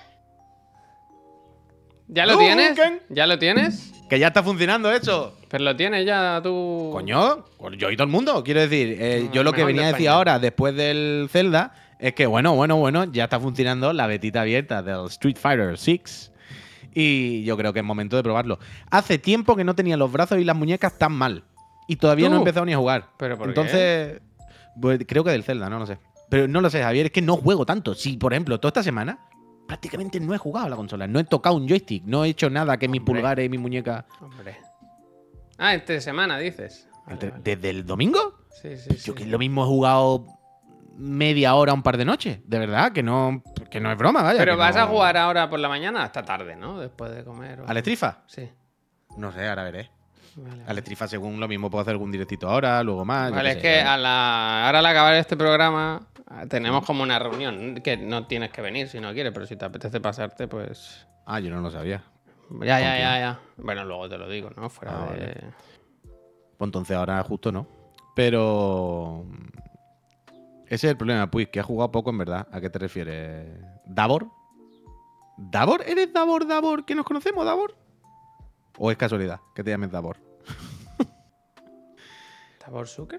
¿Ya lo Uh, tienes? Ken. ¿Ya lo tienes? Que ya está funcionando eso. Pero lo tienes ya tú. Coño, pues yo y todo el mundo. Quiero decir, eh, No, yo lo que mejor de venía a decir España. ahora, después del Zelda, es que bueno, bueno, bueno, ya está funcionando la betita abierta del Street Fighter seis. Y yo creo que es momento de probarlo. Hace tiempo que no tenía los brazos y las muñecas tan mal. Y todavía ¿Tú? no he empezado ni a jugar. ¿Pero por qué? Entonces, pues, creo que del Zelda, no lo sé. Pero no lo sé, Javier, es que no juego tanto. Si, por ejemplo, toda esta semana prácticamente no he jugado a la consola. No he tocado un joystick. No he hecho nada que mis Hombre. pulgares y mi muñeca. Hombre. Ah, entre semana dices. Vale, Entre- vale. ¿Desde el domingo? Sí, sí, sí. Yo que lo mismo he jugado media hora, un par de noches. De verdad, que no, que no es broma, vaya. Pero que vas no- a jugar ahora por la mañana hasta tarde, ¿no? Después de comer. o- ¿Al Estrifa? Sí. No sé, ahora veré. Vale, Al vale. Estrifa, según lo mismo, puedo hacer algún directito ahora, luego más. yo Vale, qué es sé, que ¿vale? a la... ahora al acabar este programa tenemos como una reunión que no tienes que venir si no quieres, pero si te apetece pasarte, pues... Ah, yo no lo sabía. Ya, ya, quién? ya, ya. Bueno, luego te lo digo, ¿no? Fuera Ah, de... vale. Pues entonces ahora justo no. Pero. Ese es el problema, pues, que ha jugado poco en verdad. ¿A qué te refieres? ¿Davor? ¿Davor? ¿Eres Davor, Davor? ¿Que nos conocemos, Davor? ¿O es casualidad que te llames Davor? ¿Tabor Zucker?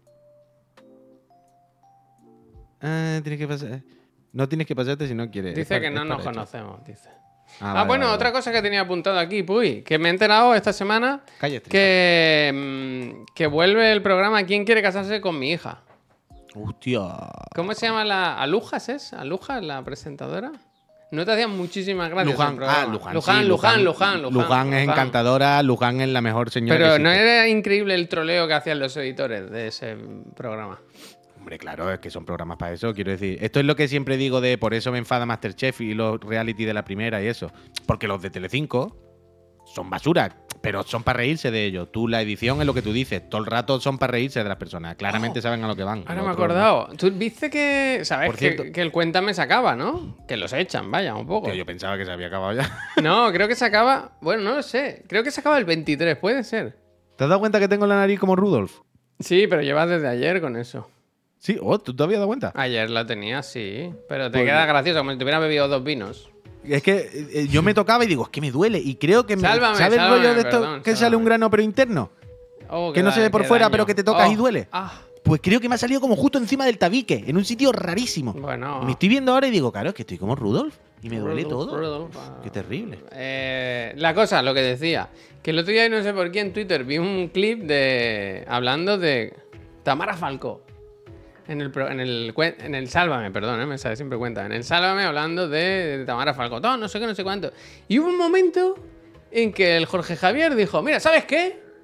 Ah, tienes que pasar. No tienes que pasarte si no quieres. Es Dice para- que es no nos para esto. conocemos, dice. Ah, Ah, vale, bueno, vale, otra vale. cosa que tenía apuntado aquí, Puy, que me he enterado esta semana Calla, Estrifa. que, mm, que vuelve el programa ¿Quién quiere casarse con mi hija? Hostia. ¿Cómo se llama la... ¿Alujas es? ¿Alujas, la presentadora? No te hacían muchísimas gracias el Luján, programa. ah, Luján, Luján, sí, Luján, Luján, Luján. Luján es encantadora, Luján es la mejor señora Pero que no existe. era increíble el troleo que hacían los editores de ese programa. Hombre, claro, es que son programas para eso, quiero decir. Esto es lo que siempre digo de por eso me enfada Masterchef y los reality de la primera y eso. Porque los de Telecinco son basura, pero son para reírse de ellos. Tú, la edición es lo que tú dices. Todo el rato son para reírse de las personas. Claramente Oh, saben a lo que van. Ahora Los me he otros no. acordado. Tú viste que... ¿Sabes? Por Que, cierto- que el Cuéntame se acaba, ¿no? Que los echan, vaya, un poco. Tío, yo pensaba que se había acabado ya. No, creo que se acaba... Bueno, no lo sé. Creo que se acaba el veintitrés, puede ser. ¿Te has dado cuenta que tengo la nariz como Rudolf? Sí, pero llevas desde ayer con eso. Sí, oh, ¿tú te habías dado cuenta? Ayer la tenía, sí. Pero te Pues- queda gracioso, como si te hubieras bebido dos vinos. Es que eh, yo me tocaba y digo, es que me duele. Y creo que me. Sálvame, ¿Sabes el sálvame, rollo de esto perdón, que sale sálvame. un grano pero interno? Oh, Que qué no se da- ve por qué fuera, daño. pero que te tocas Oh, y duele. ah, Pues creo que me ha salido como justo encima del tabique, en un sitio rarísimo. bueno. Y me estoy viendo ahora y digo, claro, es que estoy como Rudolf. Y me duele Rudolf, todo. Rudolf, ah. Qué terrible. Eh, la cosa, lo que decía, que el otro día, no sé por qué, en Twitter vi un clip de hablando de Tamara Falcó. En el, pro- en el, cuen- en el Sálvame, perdón, eh, me sale siempre cuenta. En el Sálvame hablando de, de Tamara Falcó. Todo, no sé qué, no sé cuánto. Y hubo un momento en que el Jorge Javier dijo, mira, ¿sabes qué?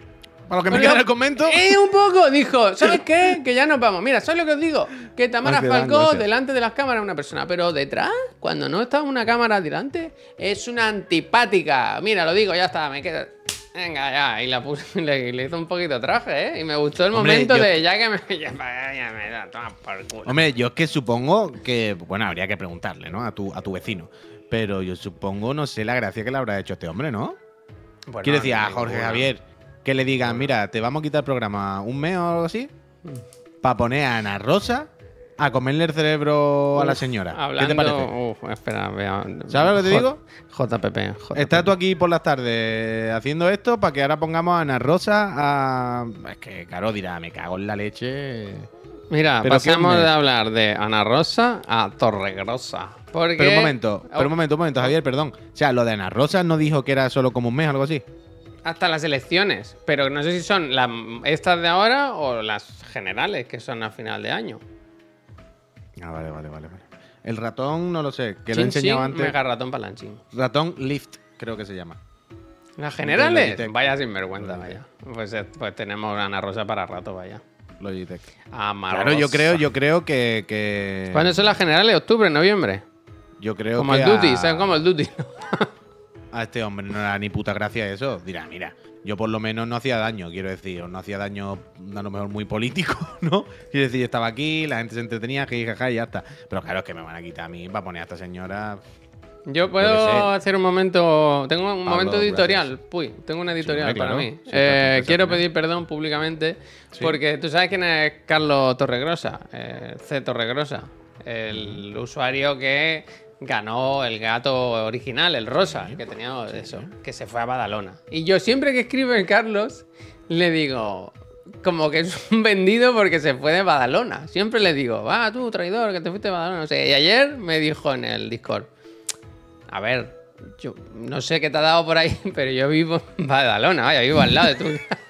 Para lo que me Pues queda lo- en el convento. Eh, un poco. Dijo, ¿sabes qué? Que ya nos vamos. Mira, ¿sabes lo que os digo? Que Tamara Ay, qué dan Falcó, gracias. delante de las cámaras, es una persona. Pero detrás, cuando no está una cámara delante, es una antipática. Mira, lo digo, ya está, me queda. Venga, ya. Y la puse, le, le hizo un poquito de traje, ¿eh? Y me gustó el Hombre, momento yo- de ya que me. Ya, ya me da, toma por culo. Hombre, yo es que supongo que, bueno, habría que preguntarle, ¿no? A tu, a tu vecino. Pero yo supongo, no sé la gracia que le habrá hecho este hombre, ¿no? Bueno, Quiero decir, a ninguna. Jorge Javier, que le digan, mira, te vamos a quitar el programa un mes o algo así, para poner a Ana Rosa a comerle el cerebro a la Uf, señora. Hablando, ¿Qué te parece? Uf, espera, vea. ¿Sabes lo que te digo? J P P. J P P. Estás tú aquí por las tardes haciendo esto para que ahora pongamos a Ana Rosa a... Es que, claro, dirá, me cago en la leche. Mira, Pero ¿qué pasamos mes? de hablar de Ana Rosa a Torregrosa. Porque... Pero un momento, pero un Oh, momento, un momento, Javier, perdón. O sea, lo de Ana Rosa no dijo que era solo como un mes o algo así. Hasta las elecciones. Pero no sé si son las estas de ahora o las generales, que son a final de año. Ah, vale, vale, vale, vale. El ratón, no lo sé, que lo he Chin, enseñado chin, antes. Mega ratón palanchín. Ratón Lift, creo que se llama. ¿Las generales? Logitech. Vaya sinvergüenza, vaya. Pues, eh, pues tenemos Ana Rosa para rato, vaya. Logitech. Amarrosa. Claro, yo creo, yo creo que. que ¿Cuándo son las generales? ¿Octubre, noviembre? yo creo Como que el Duty, a, ¿sabes? Como el Duty. a este hombre no le da ni puta gracia eso. Dirá, mira, yo por lo menos no hacía daño, quiero decir, o no hacía daño a lo mejor muy político, ¿no? Quiero decir, yo estaba aquí, la gente se entretenía, que jaja y ya está. Pero claro, es que me van a quitar a mí para poner a esta señora. Yo puedo Yo qué sé. hacer un momento. Tengo un Pablo, momento editorial. gracias. Puy, tengo una editorial hombre, para claro. mí. Sí, Eh, claro, quiero claro. pedir perdón públicamente Sí. porque tú sabes quién es Carlos Torregrosa, eh, C. Torregrosa, el usuario que ganó el gato original, el rosa, que tenía eso, que se fue a Badalona. Y yo siempre que escribo en Carlos le digo. Como que es un vendido porque se fue de Badalona. Siempre le digo, va tú, traidor, que te fuiste de Badalona. No sé. Y ayer me dijo en el Discord, a ver, yo no sé qué te ha dado por ahí, pero yo vivo en Badalona, vaya, vivo al lado de tu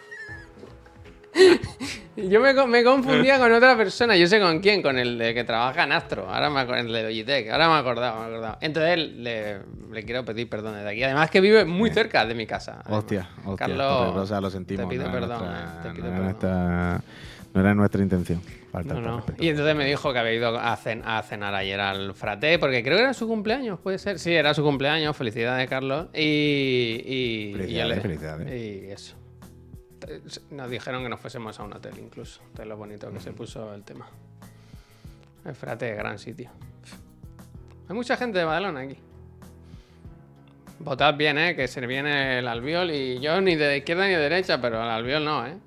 Y yo me, co- me confundía con otra persona, yo sé con quién, con el de que trabaja en Astro, ahora me acuerdo, el de Logitech, ahora me he acordado, me he acordado. Entonces le, le quiero pedir perdón desde aquí. Además que vive muy cerca de mi casa. además. Hostia, hostia, Carlos, Torregrosa, lo sentimos. te pido no era perdón, nuestra- eh, te pido no, era perdón. nuestra, no era nuestra intención. Falta No, de no. respeto. Y entonces me dijo que había ido a, cen- a cenar ayer al Fraté, porque creo que era su cumpleaños, puede ser. Sí, era su cumpleaños, felicidades, Carlos. Y. y y yo Felicidades, le- felicidades. Y eso. Te- Nos dijeron que nos fuésemos a un hotel incluso. De lo bonito que se puso el tema. El Fraté, gran sitio. Hay mucha gente de Badalona aquí. Votad bien, ¿eh? Que se viene el Albiol y yo ni de izquierda ni de derecha, pero el Albiol no, ¿eh?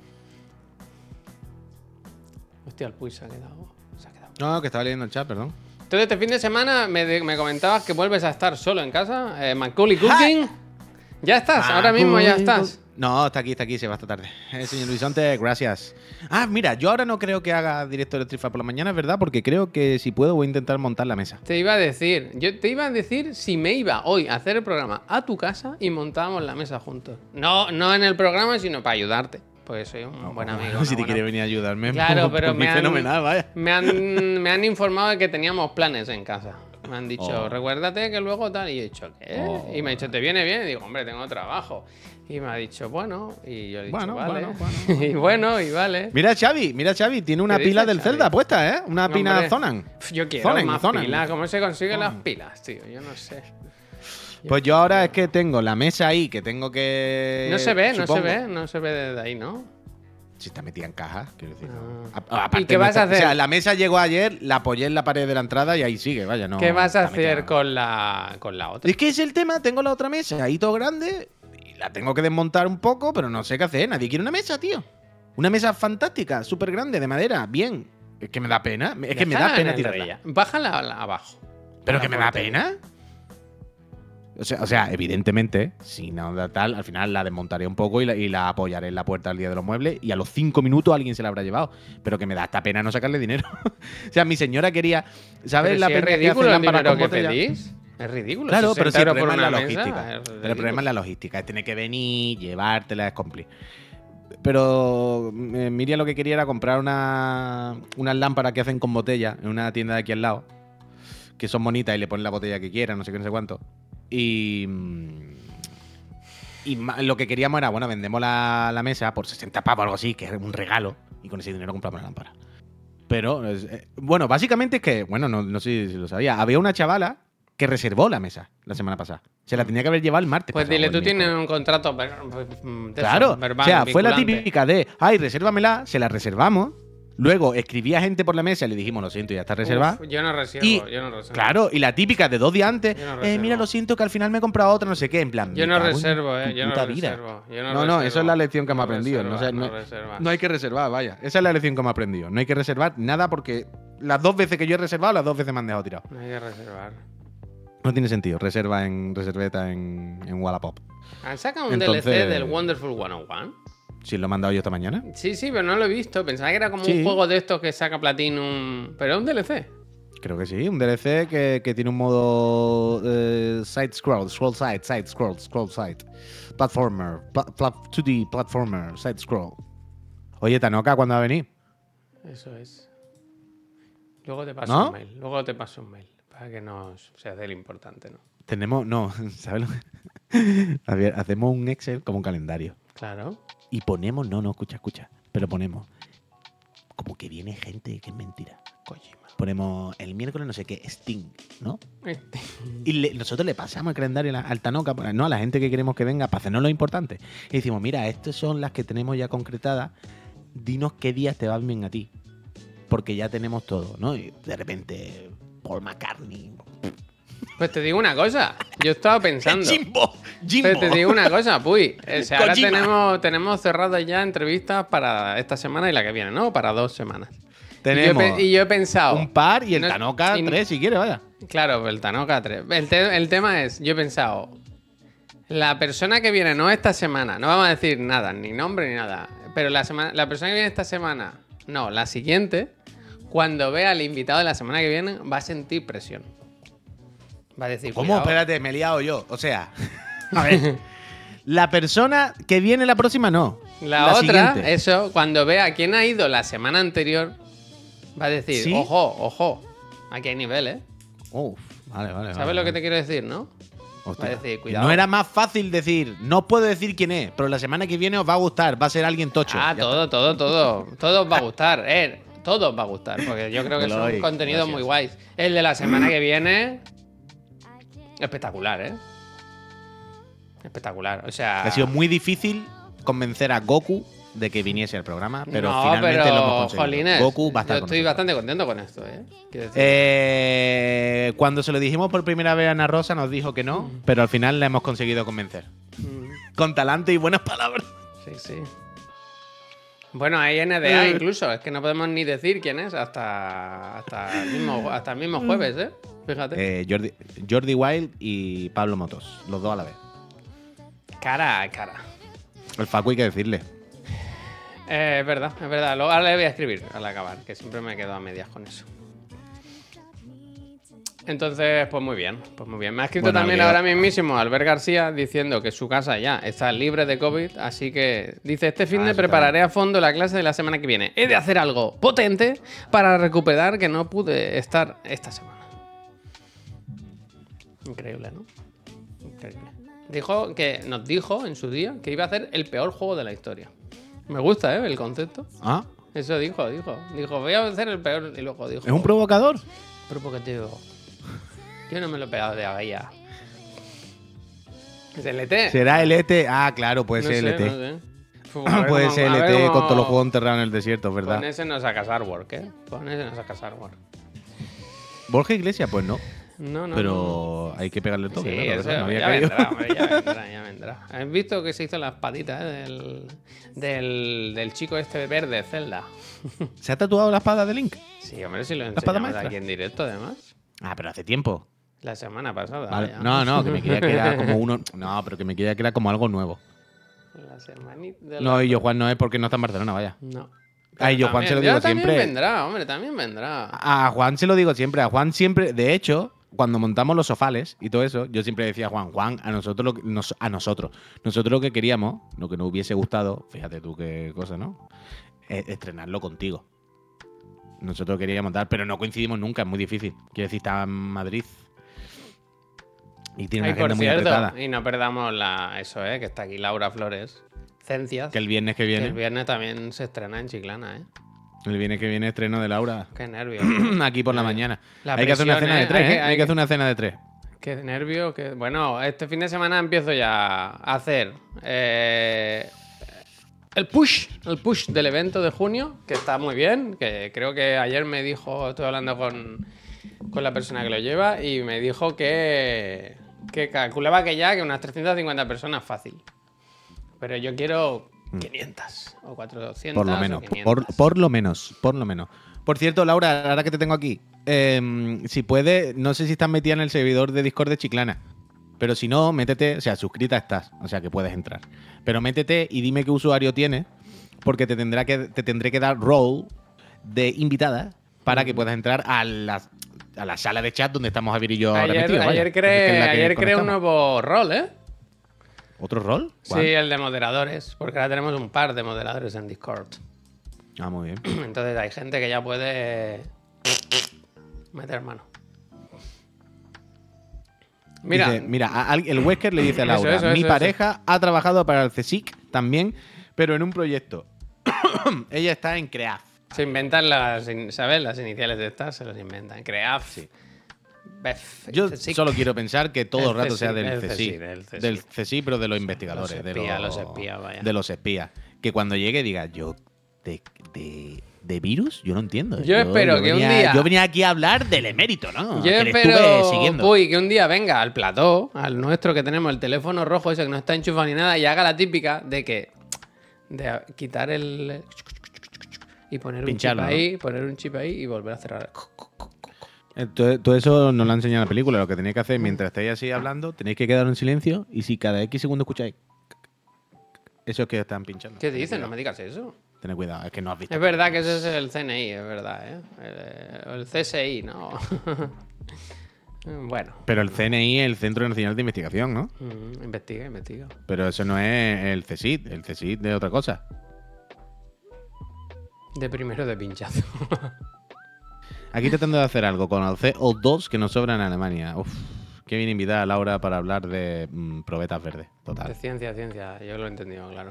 Hostia, el Puy se ha quedado. Se ha quedado. No, que estaba leyendo el chat, perdón. Entonces, este fin de semana me, de- me comentabas que vuelves a estar solo en casa. Eh, Macaulay Culkin. Ya estás, ahora mismo ya estás. No, está aquí, está aquí, se va esta tarde. Eh, señor Luisonte, gracias. Ah, mira, yo ahora no creo que haga directo de Street Fighter por la mañana, es verdad, porque creo que si puedo voy a intentar montar la mesa. Te iba a decir, yo te iba a decir si me iba hoy a hacer el programa a tu casa y montábamos la mesa juntos. No, no en el programa, sino para ayudarte. Porque soy un buen amigo. si una te buena- quiere venir a ayudarme, Claro, por- pero por mí me han, fenomenal, vaya. me, han, me han informado de que teníamos planes en casa. Me han dicho, Oh. recuérdate que luego tal. Y he dicho, ¿qué? Oh. Y me ha dicho, ¿te viene bien? Y digo, hombre, tengo trabajo. Y me ha dicho, bueno. Y yo he dicho, Bueno, vale. bueno, bueno, y bueno, y vale. Mira, Xavi, mira, Xavi, tiene una ¿Qué pila dices, del Xavi? Zelda puesta, ¿eh? Una pila Hombre, Zonan. pf, Yo quiero Zonen, más Zonen. pilas. ¿Cómo se consiguen las Zonen. pilas, tío? Yo no sé. Pues yo ahora es que tengo la mesa ahí, que tengo que... No se ve, no se supongo- ve, no se ve desde ahí, ¿no? Si está metida en caja, quiero decir. Ah. A- aparte ¿Y qué no vas está- a hacer? O sea, la mesa llegó ayer, la apoyé en la pared de la entrada y ahí sigue, vaya, no. ¿Qué vas a está metida. hacer con la, con la otra? Es que es el tema, tengo la otra mesa ahí todo grande y la tengo que desmontar un poco, pero no sé qué hacer. Nadie quiere una mesa, tío. Una mesa fantástica, súper grande, de madera, bien. Es que me da pena, es que me da Déjala pena en el tirarla. rella. Bájala a la- abajo. Pero A que la me da portería. pena. O sea, o sea, evidentemente, si no da tal, al final la desmontaré un poco y la, y la apoyaré en la puerta al día de los muebles y a los cinco minutos alguien se la habrá llevado. Pero que me da esta pena no sacarle dinero. O sea, mi señora quería. ¿Sabes Pero la si es peña que hace ridículo el lámparas dinero con que botella? pedís. Es ridículo. Claro, pero si sesenta el euros por problema es la una mesa, logística. es Pero el problema ridículo. es la logística. Es tener que venir, llevártela, es complicado. Pero eh, Miriam lo que quería era comprar una, unas lámparas que hacen con botella en una tienda de aquí al lado. Que son bonitas y le ponen la botella que quieran, no sé qué, no sé cuánto. Y. mm, y ma- lo que queríamos era, bueno, vendemos la, la mesa por sesenta pavos o algo así, que es un regalo, y con ese dinero compramos la lámpara. Pero, es- eh, bueno, básicamente es que, bueno, no, no sé si lo sabía, había una chavala que reservó la mesa la semana pasada. Se la tenía que haber llevado el martes Pues pasado, dile, o el tú tienes miércoles. un contrato ver- de Claro, eso, verbal, o sea, fue la vinculante. típica de, ay, resérvamela, se la reservamos. Luego escribía gente por la mesa y le dijimos, lo siento, ya está reservada. Uf, yo no reservo, Y, yo no reservo. claro, y la típica de dos días antes, Yo no eh, reservo. mira, lo siento, que al final me he comprado otra, no sé qué, en plan. Yo me no cago en reservo, eh, tu yo no puta vida. reservo. Yo no, No, no, eso reservo. es la lección que hemos No aprendido. No, reservas, sé, no, no reservas. no hay que reservar, vaya. Esa es la lección que hemos aprendido. No hay que reservar nada porque las dos veces que yo he reservado, las dos veces me han dejado tirado. No hay que reservar. No tiene sentido. Reserva en reserveta en, en Wallapop. ¿Han sacado un Entonces- D L C del Wonderful ciento uno? Si lo he mandado yo esta mañana. Sí, sí, pero no lo he visto. Pensaba que era como Sí. un juego de estos que saca Platinum. Pero es un D L C. Creo que sí, un D L C que, que tiene un modo eh, side scroll, scroll side, side scroll, scroll side. Platformer, pla- pla- dos D platformer, side scroll. Oye, Tanoka, ¿cuándo va a venir? Eso es. Luego te paso ¿No? un mail. Luego te paso un mail. Para que nos se hace el importante, ¿no? Tenemos, no, ¿sabes lo que? A ver, hacemos un Excel como un calendario. Claro. Y ponemos, no, no, escucha, escucha. Pero ponemos como que viene gente, que es mentira. Kojima. Ponemos el miércoles no sé qué, Sting, ¿no? Este. Y le- nosotros le pasamos el calendario a la- al Tanoka, pues, no a la gente que queremos que venga para hacernos lo importante. Y decimos, mira, estas son las que tenemos ya concretadas. Dinos qué días te van bien a ti. Porque ya tenemos todo, ¿no? Y de repente, Paul McCartney. Pues te digo una cosa. Yo estaba pensando. Jimbo, Jimbo. Pero te digo una cosa, Puy. O sea, ahora Kojima. tenemos, tenemos cerradas ya entrevistas para esta semana y la que viene, ¿no? Para dos semanas. Tenemos y, yo he, pe- y yo he pensado. un par y el no- Tanoka y- tres, si quiere, vaya. Claro, el Tanoka tres. El, te- el tema es, yo he pensado. La persona que viene, no esta semana, no vamos a decir nada, ni nombre ni nada. Pero la, semana, la persona que viene esta semana, no, la siguiente, cuando vea al invitado de la semana que viene, va a sentir presión. Va a decir, ¿Cómo? cuidado. Espérate, me he liado yo. O sea, a ver. La persona que viene la próxima, no. La, otra, siguiente. eso, cuando vea quién ha ido la semana anterior, va a decir, ¿Sí? ojo, ojo, aquí hay nivel, ¿eh? Uf, vale, vale. ¿Sabes vale, lo que vale. te quiero decir, no? Hostia. Va a decir, cuidado. No era más fácil decir, no puedo decir quién es, pero la semana que viene os va a gustar, va a ser alguien tocho. Ah, Ya todo, todo, todo. Todo os va a gustar, eh. Todo os va a gustar, porque yo creo que son Eloy, contenidos gracias. muy guays. El de la semana que viene, espectacular, ¿eh? Espectacular, o sea... Ha sido muy difícil convencer a Goku de que viniese al programa, pero no, finalmente pero, lo hemos conseguido. jolines, Goku va a estar yo con estoy nosotros. bastante contento con esto, ¿eh? Quiero decir, Eh, cuando se lo dijimos por primera vez a Ana Rosa nos dijo que no, pero al final la hemos conseguido convencer. mm, Con talante y buenas palabras. sí, sí. Bueno, hay N D A Eh. incluso, es que no podemos ni decir quién es hasta, hasta, el, mismo, hasta el mismo jueves, ¿eh? Fíjate. Eh, Jordi, Jordi Wild y Pablo Motos, los dos a la vez. Cara a cara. El Facu hay que decirle. Eh, es verdad, es verdad. Luego, ahora le voy a escribir al acabar, que siempre me quedo a medias con eso. Entonces, pues muy bien, pues muy bien. Me ha escrito Bueno, también Leo. ahora mismísimo Albert García diciendo que su casa ya está libre de COVID, así que dice, este fin Ah, de eso prepararé a fondo la clase de la semana que viene. He de hacer algo potente para recuperar que no pude estar esta semana. Increíble, ¿no? Increíble. Dijo que, nos dijo en su día que iba a hacer el peor juego de la historia. Me gusta, ¿eh? El concepto. Ah, Eso dijo, dijo. Dijo, voy a hacer el peor. Y luego dijo, ¿es un provocador? provocativo. Yo no me lo he pegado de Agaia. ¿Es L T? ¿Será L T? Ah, claro, puede No ser sé, L T. no sé. Fu, a ver Puede cómo- ser a ver L T cómo- con todos los juegos enterrados en el desierto, es verdad. Con ese no saca Star Wars, ¿eh? Con ese no saca Star Wars. Borja Iglesias, pues no. No, no. no. Pero hay que pegarle el toque. Sí, claro, eso, ¿verdad? No había ya caído. vendrá, hombre, ya vendrá, ya vendrá. ¿Has visto que se hizo las patitas eh, del, del, del chico este verde, Zelda? ¿Se ha tatuado la espada de Link? Sí, hombre, si lo espada enseñamos maestra? aquí en directo, además. Ah, pero hace tiempo. La semana pasada. Vale. vaya. No, no, que me creía que era como uno. No, pero que me creía que era como algo nuevo. La semanita de No, la- y yo Juan no es porque no está en Barcelona, vaya. No. Ay, yo Pero Juan se lo también- digo ya también siempre. vendrá, hombre, también vendrá. A Juan se lo digo siempre. A Juan siempre. De hecho, cuando montamos los sofales y todo eso, yo siempre decía a Juan, Juan, a nosotros, lo que- nos- a nosotros, nosotros lo que queríamos, lo que nos hubiese gustado, fíjate tú qué cosa, ¿no? Es estrenarlo contigo. Nosotros queríamos montar, pero no coincidimos nunca, es muy difícil. Quiero decir, estaba en Madrid. Y tiene Ay, una agenda por muy cierto, apretada. y no perdamos la, eso, ¿eh? Que está aquí Laura Flores. Cencias. Que el viernes que Que viene, el viernes también se estrena en Chiclana, ¿eh? el viernes que viene estreno de Laura. Qué nervios, ¿eh? Aquí por la Nervios. mañana. La Hay que hacer una presión, cena de ¿eh? tres, Hay que- ¿eh? Hay hay que que- hacer una cena de tres. Qué nervio. Que... Bueno, este fin de semana empiezo ya a hacer eh, el push, el push del evento de junio, que está muy bien. Que creo que ayer me dijo, estoy hablando con, con la persona que lo lleva, y me dijo que, que calculaba que ya que unas trescientas cincuenta personas fácil. Pero yo quiero quinientas o cuatrocientas. Por lo menos, o quinientas. por, por lo menos, por lo menos. Por cierto, Laura, ahora que te tengo aquí, eh, si puedes, no sé si estás metida en el servidor de Discord de Chiclana, pero si no, métete, o sea, suscrita estás, o sea que puedes entrar. Pero métete y dime qué usuario tienes, porque te, tendrá que, te tendré que dar role de invitada para que puedas entrar a la, a la sala de chat donde estamos Javier y yo ahora Ayer, metidos. vaya, ayer, que creé, es la que ayer creé un conectamos. nuevo rol, ¿eh? ¿Otro rol? Sí, ¿Cuál? el de moderadores, porque ahora tenemos un par de moderadores en Discord. Ah, muy bien. Entonces hay gente que ya puede meter mano. Mira, Dice, mira, a- al- el Wesker le dice a Eso, Laura, eso, mi eso, pareja ha trabajado para el C S I C también, pero en un proyecto. Ella está en CREAF. se inventan las, in- ¿sabes? Las iniciales de estas se las inventan. Creaf. Sí. Bef, Yo CSIC. solo quiero pensar que todo el El rato C S I, sea del el C S I. C S I, del C S I. Del C S I, pero de los investigadores. de espías, los, los espías, vaya. De los espías. Que cuando llegue diga, yo, de, de, de virus, yo no entiendo. Yo espero que un venía- día- Yo venía aquí a hablar del emérito, ¿no? Yo que le estuve espero, siguiendo. Puy, que un día venga al plató, al nuestro que tenemos, el teléfono rojo ese que no está enchufado ni nada, y haga la típica de que. De quitar el. Y poner Pincharlo, un ¿no? chip ahí, poner un chip ahí y volver a cerrar. Eh, Todo, todo eso nos lo ha enseñado la película. Lo que tenéis que hacer mientras estáis así hablando, tenéis que quedar en silencio y si cada X segundos escucháis. Eso es que están pinchando. ¿Qué dices? No me digas eso. Tened cuidado, es que no has visto. Es verdad que ese es el C N I, es verdad, ¿eh? El, el C S I, ¿no? Bueno, Pero el C N I es el Centro Nacional de Investigación, ¿no? mm, investiga, investiga. Pero eso no es el C S I C. El C S I C es otra cosa. De primero de pinchazo. Aquí tratando de hacer algo con el C O dos que nos sobra en Alemania. Uf, qué bien invitada a Laura para hablar de mm, probetas verdes. De Total. ciencia, ciencia, yo lo he entendido, claro.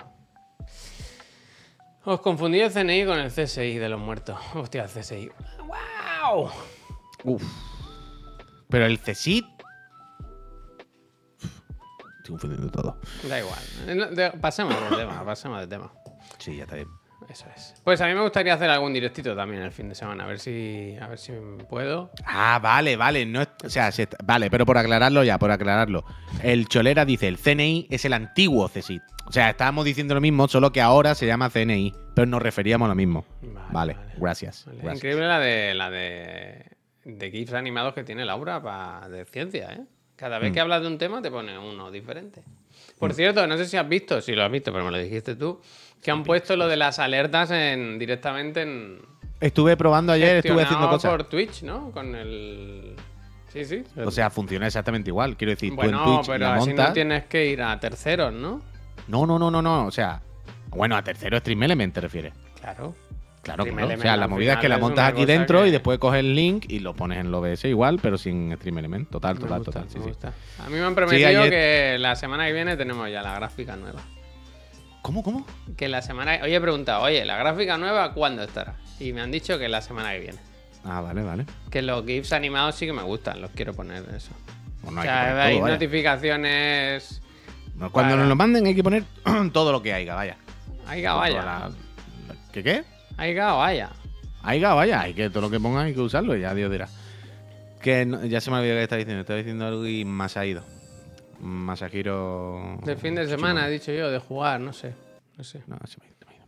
Os confundí el C N I con el C S I de los muertos. Hostia, el C S I. ¡Wow! Uf. Pero el C S I C. Uf, estoy confundiendo todo. Da igual. Eh, no, de- Pasemos de tema, pasemos de tema. Sí, ya está bien. Eso es. Pues a mí me gustaría hacer algún directito también el fin de semana, a ver si, a ver si puedo. Ah, vale, vale. No es- o sea, se está- vale, pero por aclararlo ya, por aclararlo. El Cholera dice, el C N I es el antiguo C S I C. O sea, estábamos diciendo lo mismo, solo que ahora se llama C N I, pero nos referíamos a lo mismo. Vale, Vale, vale. gracias. Vale, gracias. Increíble la de la de, de GIFs animados que tiene Laura pa- de ciencia, ¿eh? Cada Mm. vez que hablas de un tema te pone uno diferente. Por cierto, no sé si has visto, si lo has visto, pero me lo dijiste tú, que han puesto lo de las alertas en directamente en Estuve probando ayer, estuve haciendo gestionado cosas. por Twitch, ¿no? Con el sí, sí. O sea, funciona exactamente igual. Quiero decir, tú en bueno, Twitch pero la así montas. no tienes que ir a terceros, ¿no? No, no, no, no, no. O sea, bueno, a tercero Stream Element te refieres. Claro. Claro, Stream claro. O Element sea, la al movida es que la final es montas una aquí cosa dentro que- y después coges el link y lo pones en el O B S igual, pero sin Stream Element. Total, Me total, gusta, total. Sí, me sí. gusta. A mí me han prometido ayer- que la semana que viene tenemos ya la gráfica nueva. ¿Cómo, cómo? Que la semana. Oye, he preguntado, oye, ¿la gráfica nueva cuándo estará? Y me han dicho que la semana que viene. Ah, vale, vale. Que los GIFs animados sí que me gustan, los quiero poner eso. Pues no o hay sea, que poner hay todo, vaya. notificaciones. No, Cuando para- nos lo manden hay que poner todo lo que haya, vaya. Aiga, Toda vaya. la- ¿Qué qué? Aiga, vaya. Aiga, vaya. Hay que todo lo que ponga hay que usarlo y ya Dios dirá. Que no- ya se me olvidó que estaba diciendo. Estaba diciendo algo y más ha ido. Masahiro. De fin de semana, he dicho yo, de jugar, no sé. No sé. No, se me ha ido. se me ha ido.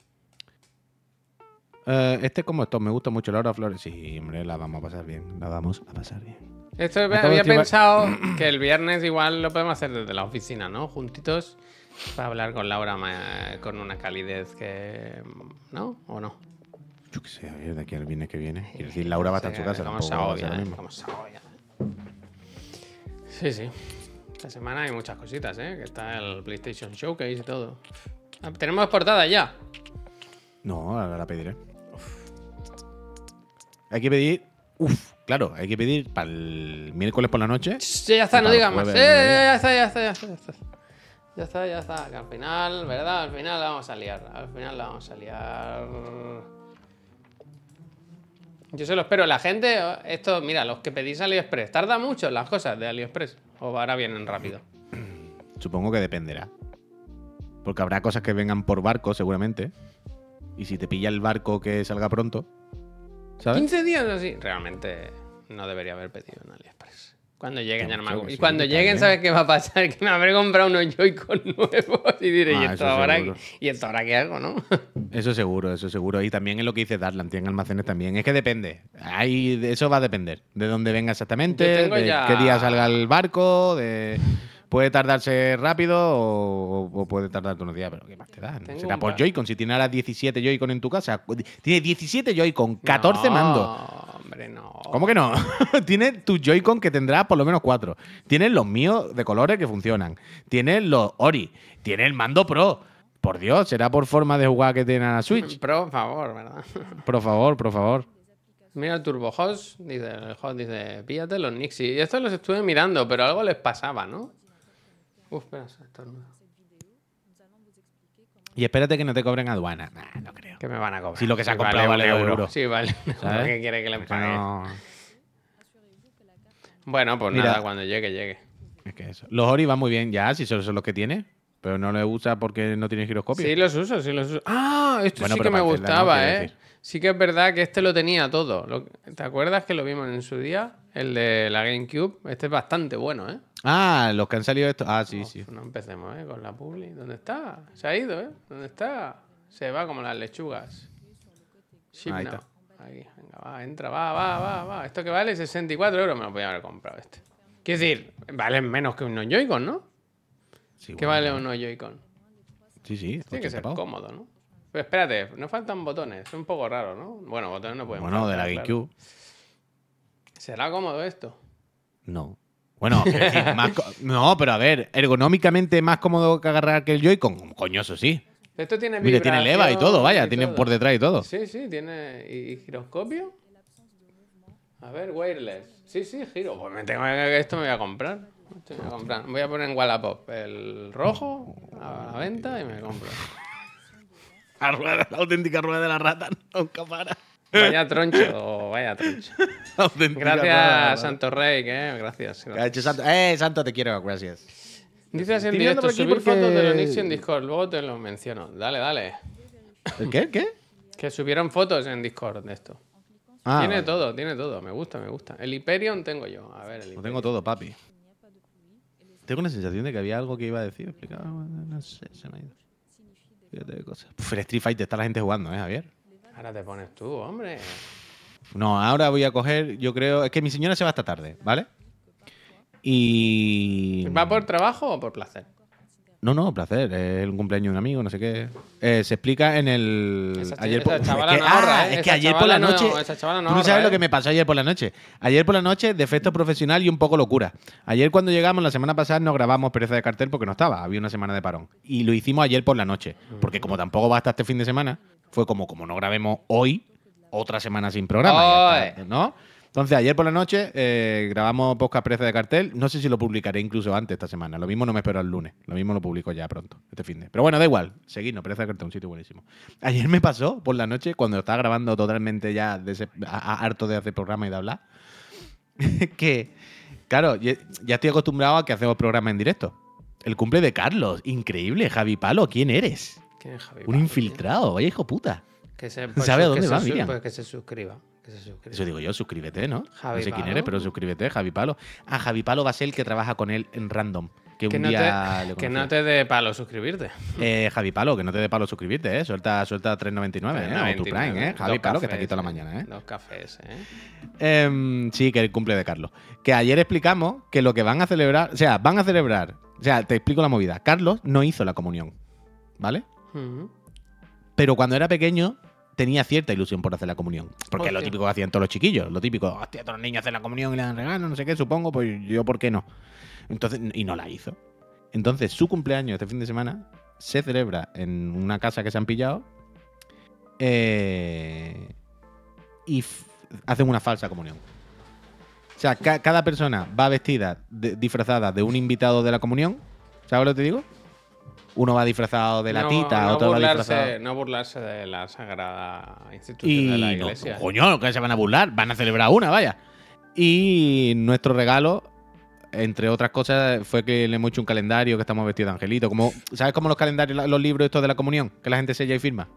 Eh, este como estos, me gusta mucho Laura Flores. Sí, hombre, la vamos a pasar bien. La vamos a pasar bien. Esto Acabo de había activar- pensado que el viernes igual lo podemos hacer desde la oficina, ¿no? Juntitos. Para hablar con Laura ma- con una calidez que. ¿No? ¿O no? Yo qué sé, a ver, de aquí al viernes que viene. Quiero decir, Laura va a estar en su casa. ¿Cómo se tampoco va a ser agobia, lo eh? mismo. ¿Cómo se agobia? Sí, sí. Esta semana hay muchas cositas, ¿eh? Que está el PlayStation Showcase y todo. Ah, ¿tenemos portada ya? No, ahora la pediré. Hay que pedir Uf, claro, hay que pedir para el miércoles por la noche. Sí, ya está, y no para el digas más. jueves Eh, al mediodía. ya está, ya está, ya está, ya está. Ya está, ya está. Que al final, ¿verdad? Al final la vamos a liar. Al final la vamos a liar. Yo se lo espero. La gente, esto, mira, los que pedís AliExpress, ¿tarda mucho las cosas de AliExpress? ¿O ahora vienen rápido? Supongo que dependerá. Porque habrá cosas que vengan por barco, seguramente. Y si te pilla el barco que salga pronto, ¿sabes? quince días así. Realmente no debería haber pedido en AliExpress. Cuando lleguen Yo ya no me creo hago. que Y sí, cuando que está lleguen, bien. ¿sabes qué va a pasar? Que me habré comprado unos Joy-Con nuevos y diré, Ah, ¿y, esto eso ahora, seguro. ¿y esto ahora qué hago, no? Eso seguro, eso seguro. Y también es lo que dice Darlan, tienen almacenes también. Es que depende. Ahí, de eso va a depender. De dónde venga exactamente, Yo tengo de ya- qué día salga el barco, de... Puede tardarse rápido o, o puede tardarte unos días, pero ¿qué más te da? Tengo Será un por pa- Joy-Con. Si tiene ahora diecisiete Joy-Con en tu casa, tiene diecisiete Joy-Con, catorce mandos. No, hombre, no. ¿Cómo que no? Tienes tu Joy-Con que tendrás por lo menos cuatro. Tienes los míos de colores que funcionan. Tienes los Ori. Tienes el mando Pro. Por Dios, será por forma de jugar que tiene a la Switch. Por favor, ¿verdad? Por favor, por favor. Mira el Turbo Host, dice, el host dice, píllate los Nixie. Y estos los estuve mirando, pero algo les pasaba, ¿no? Uf, espera, se estornuda. Y espérate que no te cobren aduana. Nah, no creo. Que me van a cobrar. Si lo que se ha Sí, comprado vale un dos euro. euros. Sí, vale. un euro. ¿Sabes? ¿Qué quiere que le Es que pague? no- Bueno, pues Mira. nada, cuando llegue, llegue. Es que eso. Los Ori van muy bien ya, si solo son los que tiene. Pero no los usa porque no tiene giroscopio. Sí, los uso, sí los uso. Ah, esto Bueno, sí pero que me para hacerla, ¿no? gustaba, Quiero ¿eh? decir. Sí que es verdad que este lo tenía todo. Lo- ¿Te acuerdas que lo vimos en su día? El de la GameCube. Este es bastante bueno, ¿eh? Ah, los que han salido estos. Ah, sí, Uf, sí. No empecemos, ¿eh? Con la publi. ¿Dónde está? Se ha ido, ¿eh? ¿Dónde está? Se va como las lechugas. Ship Ahí now. está. Aquí, venga, va, entra, va, va, va, va. Esto que vale sesenta y cuatro euros me lo podía haber comprado este. Quiero decir, valen menos que unos Joy-Con, ¿no? Sí, ¿Qué bueno, vale claro. unos Joy-Con? Sí, sí. Tiene que ochenta ser pavos. cómodo, ¿no? Pero espérate, no faltan botones. Es un poco raro, ¿no? Bueno, botones no pueden Bueno, de la faltar, claro. GameCube. ¿Será cómodo esto? No. Bueno, quiero decir, más co- no, pero a ver, ergonómicamente más cómodo que agarrar que el Joy-Con. Coño, eso sí. Esto tiene Mire, tiene leva y todo, vaya, vibración y tiene todo. por detrás y todo. Sí, sí, tiene. ¿Y, y giroscopio? A ver, wireless. Sí, sí, giro. Pues me tengo que. Esto me voy a comprar. Esto me voy a comprar. Voy a poner en Wallapop el rojo a la venta y me compro. La rueda, la auténtica rueda de la rata nunca para. Vaya troncho, vaya troncho. La auténtica rueda de la Gracias, rata. Santo Rey, que gracias. ¿Qué ha gracias. hecho Santo? Eh, Santo, te quiero, gracias. Dices en Estoy mirando directo, por aquí subir porque- fotos de los Nixie en Discord, luego te lo menciono. Dale, dale. ¿El qué? ¿El qué? Que subieron fotos en Discord de esto. Ah, tiene vale. todo, tiene todo. Me gusta, me gusta. El Hyperion tengo yo. A ver, el Lo Hyperion. tengo todo, papi. Tengo una sensación de que había algo que iba a decir. Explicaba, no sé, se me ha ido. Fíjate de cosas. Uf, el Street Fighter está la gente jugando, ¿eh, Javier? Ahora te pones tú, hombre. No, ahora voy a coger, yo creo. Es que mi señora se va esta tarde, ¿vale? Y. ¿Va por trabajo o por placer? No, no, placer. Es el cumpleaños de un amigo, no sé qué. Eh, se explica en el. Esa ch- ayer esa por- chavala es que, no ahorra, ah, ¿eh? es que Esa ayer por chavala la no- noche. esa chavala no tú no ahorra, sabes lo ¿eh? que me pasó ayer por la noche. Ayer por la noche, defecto profesional y un poco locura. Ayer cuando llegamos, la semana pasada, no grabamos pereza de cartel porque no estaba. Había una semana de parón. Y lo hicimos ayer por la noche. Porque como tampoco va hasta este fin de semana, fue como, como no grabemos hoy, otra semana sin programa. ya está, Oe. ¿no? Entonces, ayer por la noche eh, grabamos podcast Pereza de Cartel. No sé si lo publicaré incluso antes esta semana. Lo mismo no me espero al lunes. Lo mismo lo publico ya pronto, este fin de. Pero bueno, da igual. Seguidnos, Pereza de Cartel, un sitio buenísimo. Ayer me pasó por la noche, cuando estaba grabando totalmente ya dese- a- a- harto de hacer programa y de hablar, que, claro, ya ya estoy acostumbrado a que hacemos programas en directo. El cumple de Carlos. Increíble, Javi Palo. ¿Quién eres? ¿Quién es Javi Un Pablo, infiltrado. Vaya hijo puta. tío? Que se, ¿Sabe a que dónde se va, su- Miriam? pues que se suscriba. Que se suscriba. Eso digo yo, suscríbete, ¿no? Javi no sé quién Palo. eres, pero suscríbete, Javi Palo. Ah, Javi Palo va a ser el que trabaja con él en Random. Que, Que un no, día le te, que conocí. no te dé palo suscribirte. Eh, Javi Palo, que no te dé palo suscribirte, ¿eh? Suelta, suelta tres noventa y nueve, ¿eh? O tu Prime, ¿eh? Javi Dos Palo, que está aquí cafés, toda la eh. mañana, ¿eh? Dos cafés, ¿eh? Em, sí, que el cumple de Carlos. Que ayer explicamos que lo que van a celebrar, o sea, van a celebrar, o sea, te explico la movida. Carlos no hizo la comunión, ¿vale? Ujú. Pero cuando era pequeño tenía cierta ilusión por hacer la comunión. Porque es lo Hostia. típico que hacían todos los chiquillos. Lo típico, hostia, todos los niños hacen la comunión y le dan regalos, no sé qué, supongo, pues yo, ¿por qué no? Entonces, y no la hizo. Entonces, su cumpleaños este fin de semana se celebra en una casa que se han pillado. eh, y f- hacen una falsa comunión. O sea, ca cada persona va vestida, de, disfrazada de un invitado de la comunión. ¿Sabes lo que te digo? Uno va disfrazado de la No, tita, no otro va burlarse, disfrazado... no burlarse de la sagrada institución de la Y no, iglesia. coño, que se van a burlar, van a celebrar una, vaya. Y nuestro regalo, entre otras cosas, fue que le hemos hecho un calendario que estamos vestidos de angelito. Como, ¿sabes cómo los calendarios, los libros estos de la comunión? Que la gente sella y firma.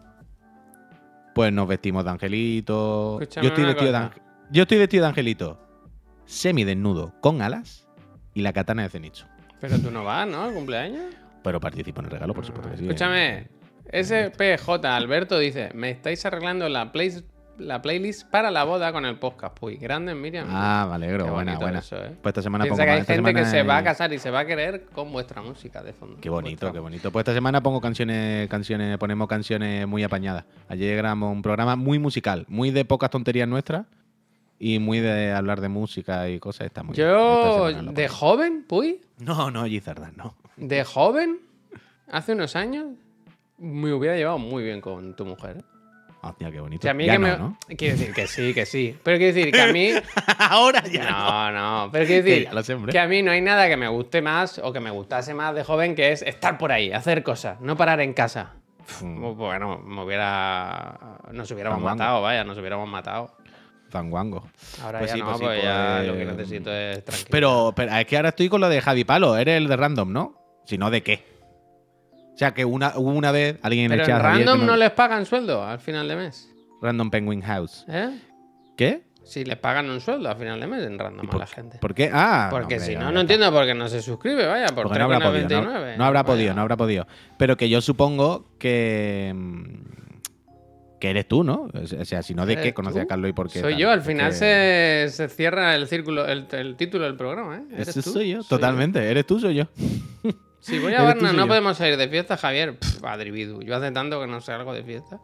Pues nos vestimos de angelito. Escúchame Yo estoy una vestido de, cosa. ange- yo estoy vestido de angelito semidesnudo, con alas y la katana de Zenitsu. Pero tú no vas, ¿no? ¿Al cumpleaños? Pero participo en el regalo, por supuesto que sí. Escúchame, S P J Alberto dice: me estáis arreglando la, play- la playlist para la boda con el podcast. Uy, grande, Miriam. Ah, me alegro. Qué Buena, bonito buena. eso, ¿eh? Pues esta semana Piensa pongo que hay esta gente que semana se va a es- casar y se va a querer con vuestra música de fondo. Qué bonito, Vuestra- qué bonito. Pues esta semana pongo canciones, canciones, ponemos canciones muy apañadas. Ayer grabamos un programa muy musical, muy de pocas tonterías nuestras y muy de hablar de música y cosas. Está muy bien. Esta Yo, semana lo de ponemos. joven, Puy, No, no, Gizarda, no. de joven, hace unos años, me hubiera llevado muy bien con tu mujer. ¿eh? Hostia, qué bonito. Que a mí Ya que no, me. ¿no? Quiero decir que sí, que sí. Pero quiero decir que a mí. Ahora ya no. No, no. Pero quiero Que decir ya lo sé, hombre. que a mí no hay nada que me guste más o que me gustase más de joven que es estar por ahí, hacer cosas, no parar en casa. Mm. Bueno, me hubiera. Nos hubiéramos Tan guango. matado, vaya, nos hubiéramos matado. Zanguango. Ahora Pues ya sí, no, pues pues, sí, ya pues, lo que necesito es tranquilo. Pero, pero es que ahora estoy con lo de Javi Palo. Eres el de random, ¿no? Si no, ¿de qué? O sea, que una, hubo una vez alguien en Pero el en chat. Javier, que random no les pagan sueldo al final de mes. Random Penguin House. ¿Eh? ¿Qué? Si les pagan un sueldo al final de mes en random ¿Y a por, la gente. ¿Por qué? Ah, Porque hombre, si ya no, está. no entiendo por qué no se suscribe, vaya, por Porque no habrá podido. No, tres no habrá Vaya. podido, no habrá podido. Pero que yo supongo que. mm, que eres tú, ¿no? O sea, si no, ¿de ¿Eres qué conoces tú? a Carlos y por qué? Soy tal? yo, al Es final que- se, se cierra el círculo, el, el título del programa, ¿eh? ¿Eres Ese tú? soy yo, totalmente. Eres tú, soy yo. Si voy a Eres tú, Varna, soy no yo. podemos salir de fiesta, Javier. Pff, adribidu. Yo hace tanto que no sé algo de fiesta.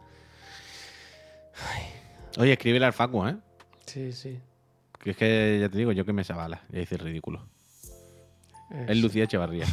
Oye, escríbele al Facu, ¿eh? Sí, sí. Que es que ya te digo, yo que me sabala. Ya hice el ridículo. Eh, Es Lucía Echevarría.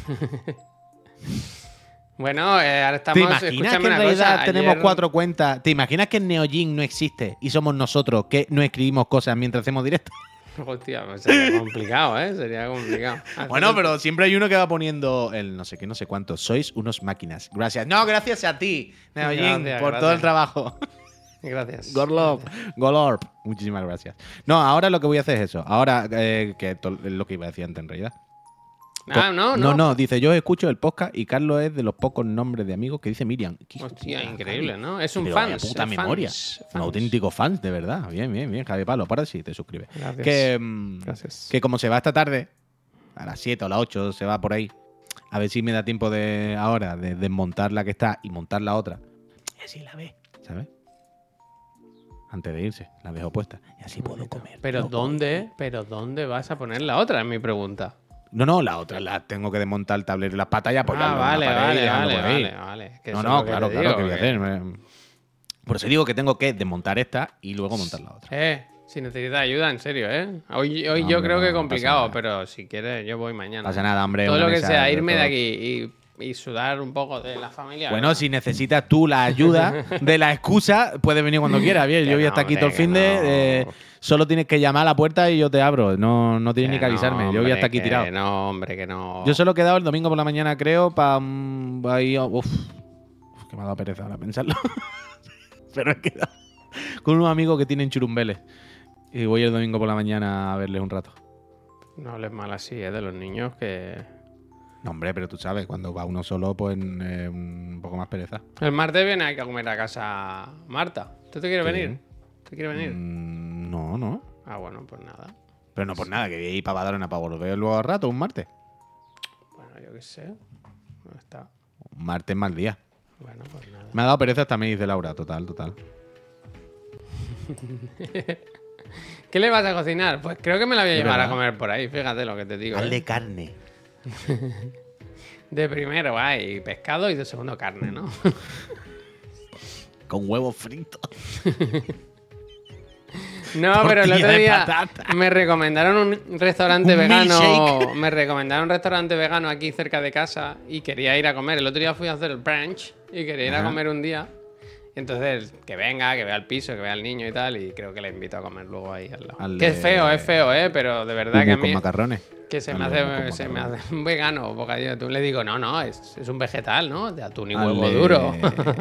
Bueno, eh, ahora ¿Te estamos. imaginas Escúchame que en una realidad cosa. tenemos ayer- cuatro cuentas? ¿Te imaginas que Neojin no existe y somos nosotros que no escribimos cosas mientras hacemos directo? Hostia, pues sería complicado, ¿eh? Sería complicado. Bueno, pero siempre hay uno que va poniendo el no sé qué, no sé cuánto. Sois unos máquinas. Gracias. No, gracias a ti, Neojin, Gracias, por gracias. todo el trabajo. Gracias. Gorlop, Golorp. Muchísimas gracias. No, ahora lo que voy a hacer es eso. Ahora, eh, que to- es lo que iba a decir antes en realidad. Ah, no, no, no. no, dice, yo escucho el podcast y Carlos es de los pocos nombres de amigos que dice Miriam. Qué hijo de Hostia, puta, increíble, Javi. ¿no? Es un Pero fan. vaya puta memoria. Un auténtico fans, de verdad. Bien, bien, bien, Javi Palo. Para sí, te suscribes. Gracias. Que, mm, Gracias. que como se va esta tarde, a las siete o a las ocho se va por ahí, a ver si me da tiempo de ahora de desmontar la que está y montar la otra. Y así la ve, ¿sabes? Antes de irse, la dejo puesta. Y así puedo comer. Pero loco. ¿dónde? Pero ¿dónde vas a poner la otra? Es mi pregunta. No, no, la otra la tengo que desmontar el tablero y las patas y apoyarlo Ah, en vale, una pared y vale, dejarlo vale, por ahí. vale, vale. Que No, eso es no, lo que claro, te claro, digo, que voy a que- hacer. Me- Por eso digo que tengo que desmontar esta y luego montar la otra. Eh, si necesitas ayuda, en serio, ¿eh? Hoy, hoy No, yo hombre, creo no, que es no pasa complicado, nada. pero si quieres, yo voy mañana. No pasa nada, hombre. Todo una lo que mesa sea, de irme de todo. aquí y, y sudar un poco de la familia. Bueno, ¿verdad? si necesitas tú la ayuda de la excusa, puedes venir cuando quieras. Bien, Que yo voy no, hasta aquí hombre, todo el que fin de. no. eh, solo tienes que llamar a la puerta y yo te abro. No, no tienes ni que avisarme. no, yo voy hombre, hasta aquí que tirado. No, hombre, que no. Yo solo he quedado el domingo por la mañana, creo, para. Um, uf, uf, que me ha dado pereza ahora pensarlo. Pero he quedado con unos amigos que tienen churumbeles. Y voy el domingo por la mañana a verles un rato. No hables mal así, ¿eh? De los niños que. No, hombre, pero tú sabes, cuando va uno solo, pues eh, un poco más pereza. El martes viene a comer a casa Marta. ¿Tú te quieres Qué venir? bien. ¿Te quieres venir? Mm, no, no. Ah, bueno, pues nada. Pero no por nada, que voy a ir para Badalona para volver luego al rato, un martes. Bueno, yo qué sé. No está. Un martes mal día. Bueno, pues nada. Me ha dado pereza hasta me dice Laura, total, total. ¿Qué le vas a cocinar? Pues creo que me la voy a Es llevar a verdad. comer por ahí, fíjate lo que te digo. ¿eh? carne. De primero hay pescado y de segundo carne, ¿no? Con huevos fritos. No, pero el Tortilla otro de día patata. me recomendaron un restaurante Un vegano. milkshake. Me recomendaron un restaurante vegano aquí cerca de casa y quería ir a comer. El otro día fui a hacer el brunch y quería ir a Ajá. comer un día. Y Entonces, que venga, que vea el piso, que vea al niño y tal, y creo que le invito a comer luego ahí al lado. Al que de- es feo, es feo, ¿eh? Pero de verdad que a Humo con mí... macarrones. Que se me Al de humo hace, con se me macarrones. hace un vegano bocadillo de atún. Le digo, no, no, es, es un vegetal, ¿no? De atún y Al huevo de- duro.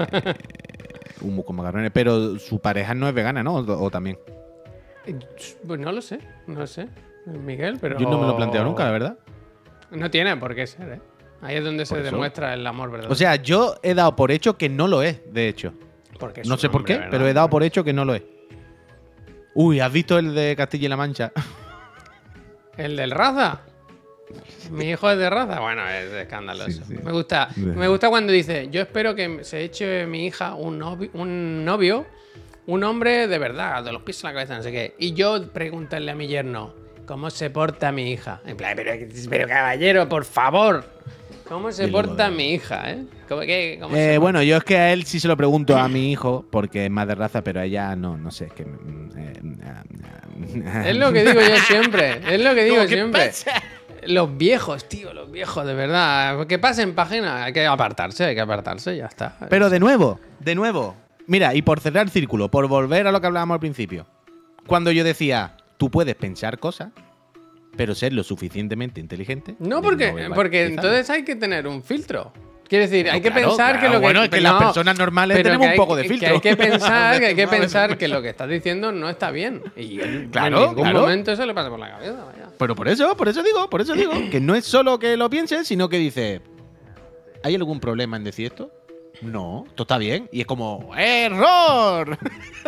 Humo con macarrones. Pero su pareja no es vegana, ¿no? O, o también. Pues no lo sé, no lo sé, Miguel, pero... Yo no me lo he planteado nunca, la verdad. No tiene por qué ser, ¿eh? Ahí es donde se Por eso. demuestra el amor verdadero. O sea, yo he dado por hecho que no lo es, de hecho. Porque es No un sé por hombre, qué, ¿verdad? pero he dado por hecho que no lo es. Uy, ¿has visto el de Castilla y La Mancha? ¿El del raza? ¿Mi hijo es de raza? Bueno, es escandaloso. Sí, sí. Me gusta, me gusta cuando dice, yo espero que se eche mi hija un novio, un novio, un hombre de verdad, de los pies en la cabeza, no sé qué. Y yo preguntarle a mi yerno, ¿cómo se porta mi hija? En plan, pero, pero caballero, por favor. ¿Cómo se Y luego porta de- mi hija, eh? ¿Cómo, qué, cómo Eh, se bueno, yo es que a él sí se lo pregunto a mi hijo, porque es más de raza, pero a ella no, no sé, es que... mm, eh, Es lo que digo yo siempre. Es lo que digo ¿Qué siempre. pasa? Los viejos, tío, los viejos, de verdad. Que pasen página. Hay que apartarse, hay que apartarse, ya está. Pero de nuevo, de nuevo. Mira, y por cerrar el círculo, por volver a lo que hablábamos al principio. Cuando yo decía, tú puedes pensar cosas, pero ser lo suficientemente inteligente. No, de porque, verbalizarlo. porque entonces hay que tener un filtro. Quiere decir, No, hay que claro, pensar claro. que lo que... Bueno, es que no, las personas normales pero tenemos que un poco hay- de filtro. Que hay que pensar, que hay que A veces pensar más. que lo que estás diciendo no está bien. Y en, Claro, en ningún claro. momento eso le pasa por la cabeza, vaya. Pero por eso, por eso digo, por eso digo, que no es solo que lo pienses, sino que dices, ¿hay algún problema en decir esto? No, esto está bien. Y es como, ¡error!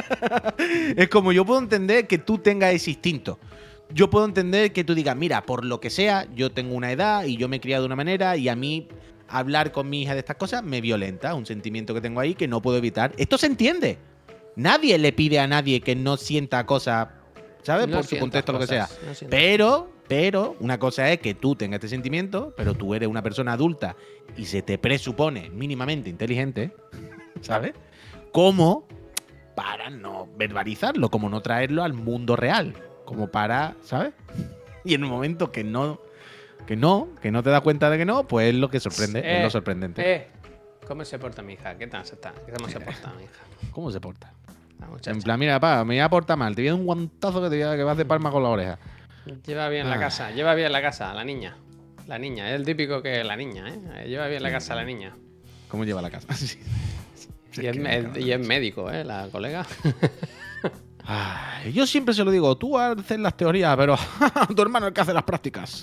Es como yo puedo entender que tú tengas ese instinto. Yo puedo entender que tú digas, mira, por lo que sea, yo tengo una edad y yo me he criado de una manera y a mí hablar con mi hija de estas cosas me violenta, un sentimiento que tengo ahí que no puedo evitar. Esto se entiende. Nadie le pide a nadie que no sienta cosas, ¿sabes? No por su sientas contexto, lo que sea. cosas, no sientas. Pero, pero, una cosa es que tú tengas este sentimiento, pero tú eres una persona adulta y se te presupone mínimamente inteligente, ¿sabes? Como para no verbalizarlo, como no traerlo al mundo real, como para, ¿sabes? Y en un momento que no, que no, que no te das cuenta de que no, pues es lo que sorprende, es Eh, lo sorprendente. Eh, ¿cómo se porta mi hija? ¿Qué tal se está? ¿Cómo se porta mi hija? ¿Cómo se porta? La muchacha. En plan, mira, papá, me voy a portar mal, te voy a dar un guantazo que te voy a, que vas de palma con la oreja. Lleva bien la Ah. casa, lleva bien la casa, la niña. La niña, es el típico que la niña, ¿eh? Lleva bien la casa la niña. ¿Cómo lleva la casa? Sí. Y es, me- y es médico, ¿eh? La colega. Ay, yo siempre se lo digo, tú haces las teorías, pero tu hermano es el que hace las prácticas.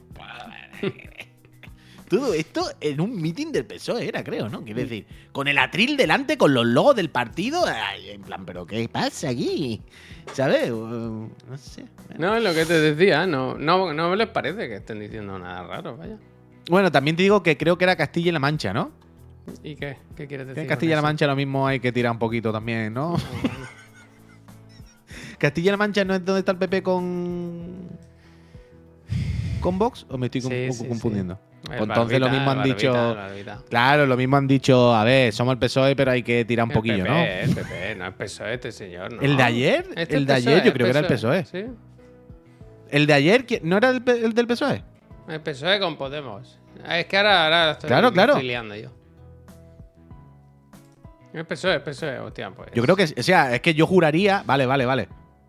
Todo esto en un meeting del P S O E era, creo, ¿no? Quiero decir, con el atril delante, con los logos del partido. Ay, en plan, ¿pero qué pasa aquí? ¿Sabes? Uh, No sé. No, es lo que te decía, no, no, no les parece que estén diciendo nada raro, vaya. Bueno, también te digo que creo que era Castilla y La Mancha, ¿no? ¿Y qué? ¿Qué quieres Que decir? en con Castilla y La eso? Mancha lo mismo hay que tirar un poquito también, ¿no? ¿Castilla y La Mancha no es donde está el P P con. con Vox? ¿O me estoy Sí, un poco sí, sí. confundiendo? El Pues entonces lo Barbita, mismo han el dicho. Barbita, el Barbita. Claro, lo mismo han dicho, a ver, somos el P S O E, pero hay que tirar un El poquillo, P P, ¿no? El P P, no es P S O E este señor, no. ¿El de ayer? Este El es de P S O E, ayer yo creo que era el P S O E. Sí, El de ayer, ¿quién- ¿no era el, P- el del P S O E? el P S O E con Podemos. Ah, Es que ahora, ahora estoy, Claro, claro. estoy liando yo. El P S O E, el P S O E, hostia, pues. Yo creo que, o sea, es que yo juraría. Vale, vale, vale.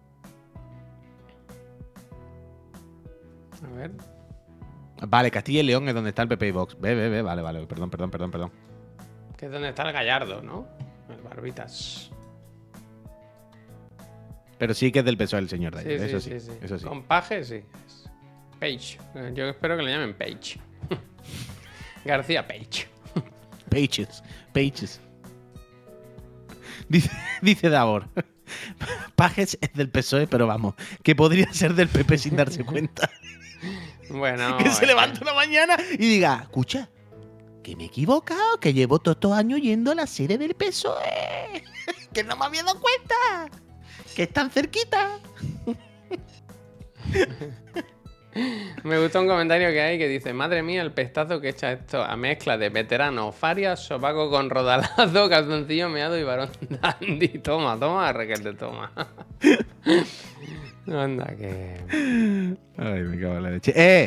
A ver. Vale, Castilla y León es donde está el P P y Vox. Ve, ve, ve, vale, vale, perdón, perdón, perdón, perdón. Que es donde está el Gallardo, ¿no? El Barbitas. Pero sí que es del P S O E el señor de Sí, ayer, sí, eso sí, sí, sí. eso sí. Con Paje, sí. Page. Eh, Yo espero que le llamen Page. García Page. Pages, pages. Dice, dice Davor. Pages es del P S O E, pero vamos, que podría ser del P P sin darse cuenta. Bueno. que es se levanta una mañana y diga, escucha, que me he equivocado, que llevo todos estos años yendo a la sede del P S O E. que no me había dado cuenta. Que están cerquita. Me gusta un comentario que hay que dice: madre mía, el pestazo que echa esto a mezcla de veterano, Farias, sopaco con rodalazo, calzoncillo meado y varón dandy. Toma, toma, requete, toma. Anda, que. Ay, me cago en la leche. ¡Eh!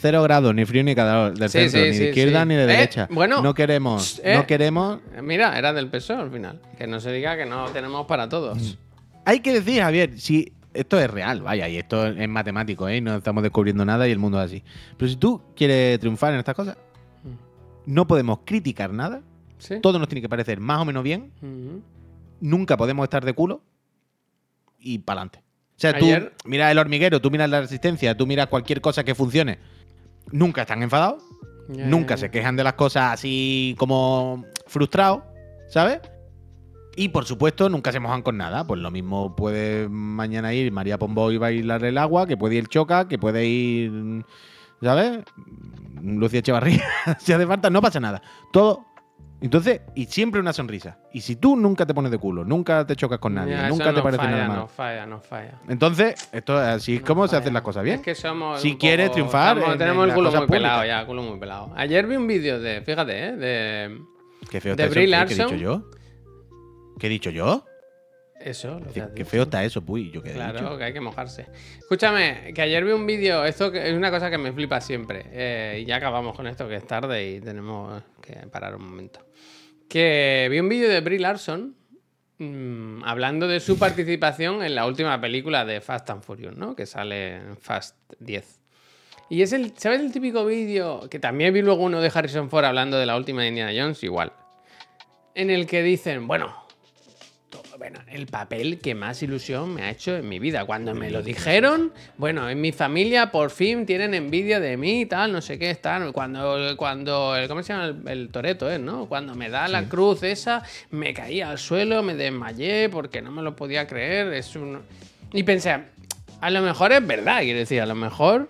Cero grados, ni frío ni calor del Sí, centro, sí, ni sí, de izquierda sí. ni de Eh, derecha. bueno, no queremos, eh. no queremos. Mira, era del P S O E al final. Que no se diga que no tenemos para todos. Hay que decir, Javier, si esto es real, vaya, y esto es matemático, ¿eh? No estamos descubriendo nada y el mundo es así. Pero si tú quieres triunfar en estas cosas, no podemos criticar nada. ¿Sí? Todo nos tiene que parecer más o menos bien. Ujú. Nunca podemos estar de culo y para adelante. O sea, Ayer- tú miras el hormiguero, tú miras la resistencia, tú miras cualquier cosa que funcione. Nunca están enfadados. Ya, Nunca ya, se ya. quejan de las cosas así como frustrados, ¿sabes? Y por supuesto, nunca se mojan con nada. Pues lo mismo puede mañana ir María Pombo y bailar el agua, que puede ir Choca, que puede ir, ¿sabes? Lucía Echevarría. Si hace falta, no pasa nada. Todo. Entonces, y siempre una sonrisa. Y si tú nunca te pones de culo, nunca te chocas con nadie, Ya, nunca eso te no parece falla, nada mal. No falla, no falla. Entonces, esto así es No como se falla. hacen las cosas bien. Es que somos. Si un quieres poco- triunfar estamos- en- tenemos en el las culo cosas muy pelado públicas. ya, culo muy pelado. Ayer vi un vídeo de. Fíjate, ¿eh? De. Qué feo de está Brie eso. ¿Qué, ¿Qué he dicho Larson. yo? ¿Qué he dicho yo? Eso, lo que Qué, has qué dicho. feo está eso, puy. ¿Yo qué he Claro, dicho? que hay que mojarse. Escúchame, que ayer vi un vídeo, esto que- es una cosa que me flipa siempre, eh, y ya acabamos con esto, que es tarde y tenemos que parar un momento. Que vi un vídeo de Brie Larson mmm, hablando de su participación en la última película de Fast and Furious, ¿no? Que sale en Fast diez. Y es el, ¿sabes el típico vídeo? Que también vi luego uno de Harrison Ford hablando de la última de Indiana Jones, igual. En el que dicen, bueno... Bueno, el papel que más ilusión me ha hecho en mi vida. Cuando me lo dijeron, bueno, en mi familia por fin tienen envidia de mí y tal, no sé qué, tal. Cuando, cuando el, ¿cómo se llama? El, el Toretto, ¿eh? ¿No? Cuando me da la cruz esa, me caí al suelo, me desmayé porque no me lo podía creer. Es un... Y pensé, a lo mejor es verdad, quiero decir, a lo mejor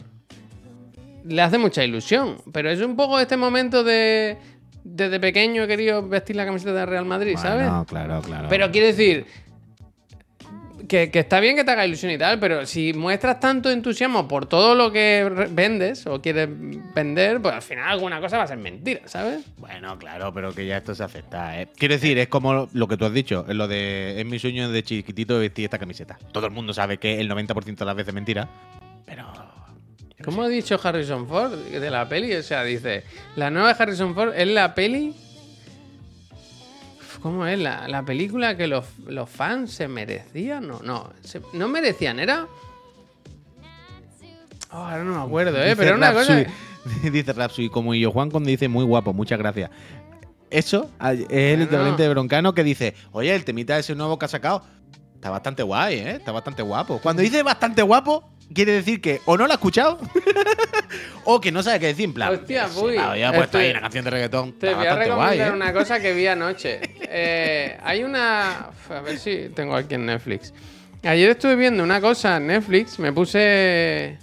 le hace mucha ilusión. Pero es un poco este momento de... Desde pequeño he querido vestir la camiseta de Real Madrid, ¿sabes? No, claro, claro. Pero quiero decir que, que está bien que te haga ilusión y tal, pero si muestras tanto entusiasmo por todo lo que re- vendes o quieres vender, pues al final alguna cosa va a ser mentira, ¿sabes? Bueno, claro, pero que ya esto se acepta, ¿eh? Quiero decir, es como lo que tú has dicho, es lo de es mi sueño de chiquitito vestir esta camiseta. Todo el mundo sabe que el noventa por ciento de las veces es mentira, pero... ¿Cómo ha dicho Harrison Ford de la peli? O sea, dice, la nueva Harrison Ford es la peli... ¿Cómo es? La, la película que los, los fans se merecían. No, no, se- no merecían, era... Oh, ahora no me acuerdo, ¿eh? Dice Pero era una cosa... Rapsui- dice Rapsui, como yo Juan cuando dice muy guapo, muchas gracias. Eso es el Bueno. equivalente de Broncano que dice, oye, el temita ese nuevo que ha sacado está bastante guay, ¿eh? Está bastante guapo. Cuando dice bastante guapo, quiere decir que o no lo ha escuchado o que no sabe qué decir. En plan, Hostia, sí, uy. claro, ya he puesto Este- ahí una canción de reggaetón. Te Está voy a bastante recomendar guay, ¿eh? una cosa que vi anoche. Eh, hay una... Uf, a ver si tengo aquí en Netflix. Ayer estuve viendo una cosa en Netflix, me puse...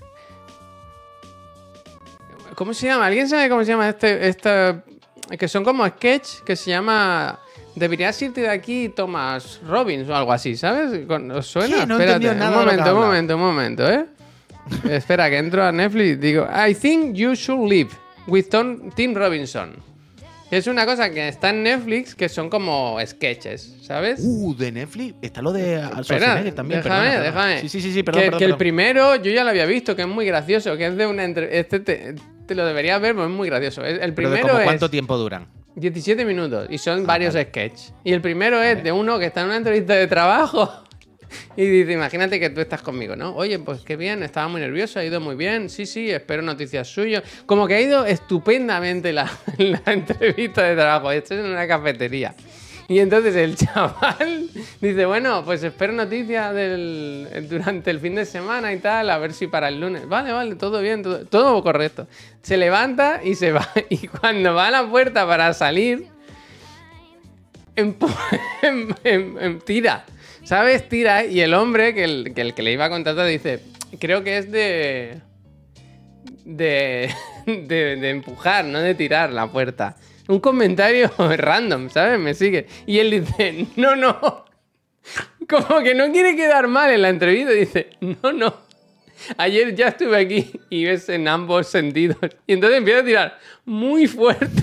¿Cómo se llama? ¿Alguien sabe cómo se llama este... este... Que son como sketch que se llama... Deberías irte de aquí, Thomas Robbins o algo así, ¿sabes? Con- ¿Os suena? Sí, no he Espérate, entendido un nada de lo que momento, has un hablado. momento, un momento, ¿eh? Espera, que entro a Netflix y digo, I think you should live with Tom- Tim Robinson. Es una cosa que está en Netflix que son como sketches, ¿sabes? Uh, de Netflix está lo de Espera, Schwarzenegger también. déjame, perdona, perdona. déjame. Sí, sí, sí, sí, perdón, que, perdón, que el perdón. primero yo ya lo había visto, que es muy gracioso, que es de una entre... Este te, te lo deberías ver, pero es muy gracioso. El Pero primero de como es cuánto tiempo duran. diecisiete minutos y son Ah, varios vale. sketches. Y el primero es de uno que está en una entrevista de trabajo y dice, imagínate que tú estás conmigo, ¿no? Oye, pues qué bien, estaba muy nervioso, ha ido muy bien, sí, sí, espero noticias suyas. Como que ha ido estupendamente la, la entrevista de trabajo. Esto es en una cafetería. Y entonces el chaval dice, bueno, pues espero noticias del, durante el fin de semana y tal, a ver si para el lunes. Vale, vale, todo bien, todo, todo correcto. Se levanta y se va. Y cuando va a la puerta para salir, empu- em- em- em- tira. ¿Sabes? Tira. Y el hombre, que el, que el que le iba a contratar, dice, creo que es de... De, de, de empujar, no de tirar la puerta. Un comentario random, ¿sabes? Me sigue. Y él dice, no, no. Como que no quiere quedar mal en la entrevista. Dice, no, no. Ayer ya estuve aquí y ves en ambos sentidos. Y entonces empieza a tirar muy fuerte.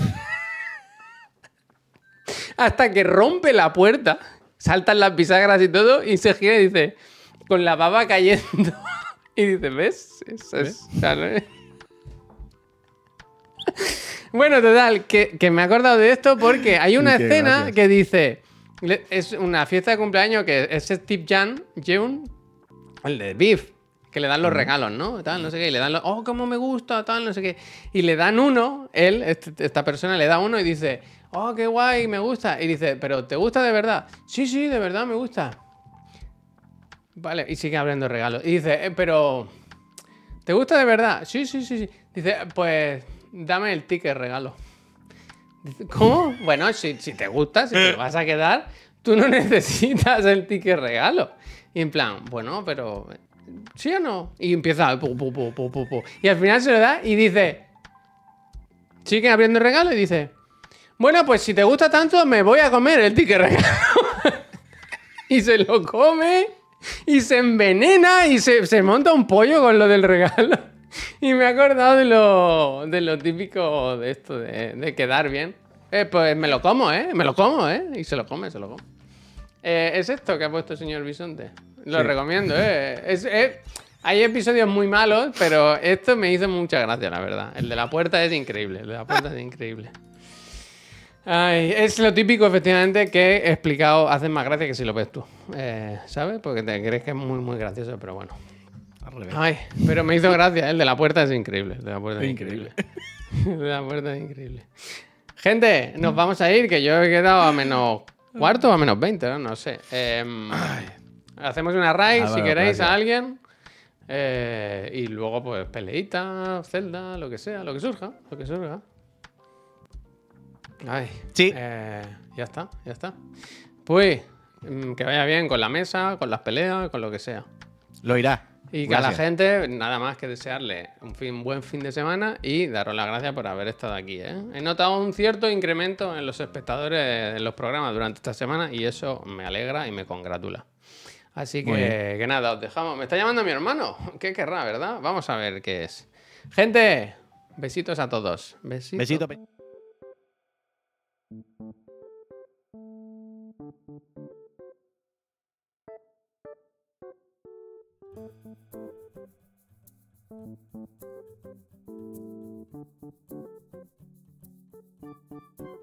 Hasta que rompe la puerta. Saltan las bisagras y todo. Y se gira y dice, con la baba cayendo. Y dice, ¿ves? Eso es... o sea, ¿no? Bueno, total, que, que me he acordado de esto porque hay una Qué escena gracias. que dice... le- Es una fiesta de cumpleaños que es Steve Jan, Jeun, el de Beef, que le dan los regalos, ¿no? Tal, no sé qué, y le dan los... Oh, cómo me gusta, tal, no sé qué. Y le dan uno, él, este- esta persona le da uno y dice... Oh, qué guay, me gusta. Y dice, ¿pero te gusta de verdad? Sí, sí, de verdad me gusta. Vale, y sigue abriendo regalos. Y dice, eh, pero... ¿Te gusta de verdad? Sí, sí, sí, sí. Dice, pues dame el ticket regalo. Dice, ¿cómo? Bueno, si, si te gusta, si te lo vas a quedar, tú no necesitas el ticket regalo. Y en plan, bueno, pero... ¿Sí o no? Y empieza... pu, pu, pu, pu, pu, pu. Y al final se lo da y dice... Sigue abriendo regalo y dice... Bueno, pues si te gusta tanto, me voy a comer el ticket regalo. Y se lo come y se envenena y se, se monta un pollo con lo del regalo. Y me he acordado de lo, de lo típico de esto, de, de quedar bien. Eh, pues me lo como, ¿eh? Me lo como, ¿eh? Y se lo come, se lo come. Eh, es esto que ha puesto el señor Bisonte. Lo Sí. recomiendo, ¿eh? Es, es- hay episodios muy malos, pero esto me hizo mucha gracia, la verdad. El de la puerta es increíble. El de la puerta es increíble. Ay, es lo típico, efectivamente, que he explicado. Hace más gracia que si lo ves tú. Eh, ¿Sabes? Porque te crees que es muy, muy gracioso, pero bueno. Al revés. Ay, pero me hizo gracia. El de la puerta es increíble. El de la puerta es Es increíble. increíble. El de la puerta es increíble. Gente, nos vamos a ir, que yo he quedado a menos cuarto o a menos veinte, ¿no? No sé. Em, hacemos una raid, si Álvaro, queréis, a gracias. alguien. Eh, y luego, pues, peleita, Zelda, lo que sea, lo que surja. Lo que surja. Ay, Sí. eh, ya está, ya está. Pues, mm, que vaya bien con la mesa, con las peleas, con lo que sea. Lo irá. Y que a la Gracias. gente, nada más que desearle un fin, buen fin de semana y daros las gracias por haber estado aquí. ¿eh? He notado un cierto incremento en los espectadores en los programas durante esta semana y eso me alegra y me congratula. Así Muy bien. que, que nada, os dejamos. Me está llamando mi hermano. ¿Qué querrá, verdad? Vamos a ver qué es. Gente, besitos a todos. Besitos. Besito. pe-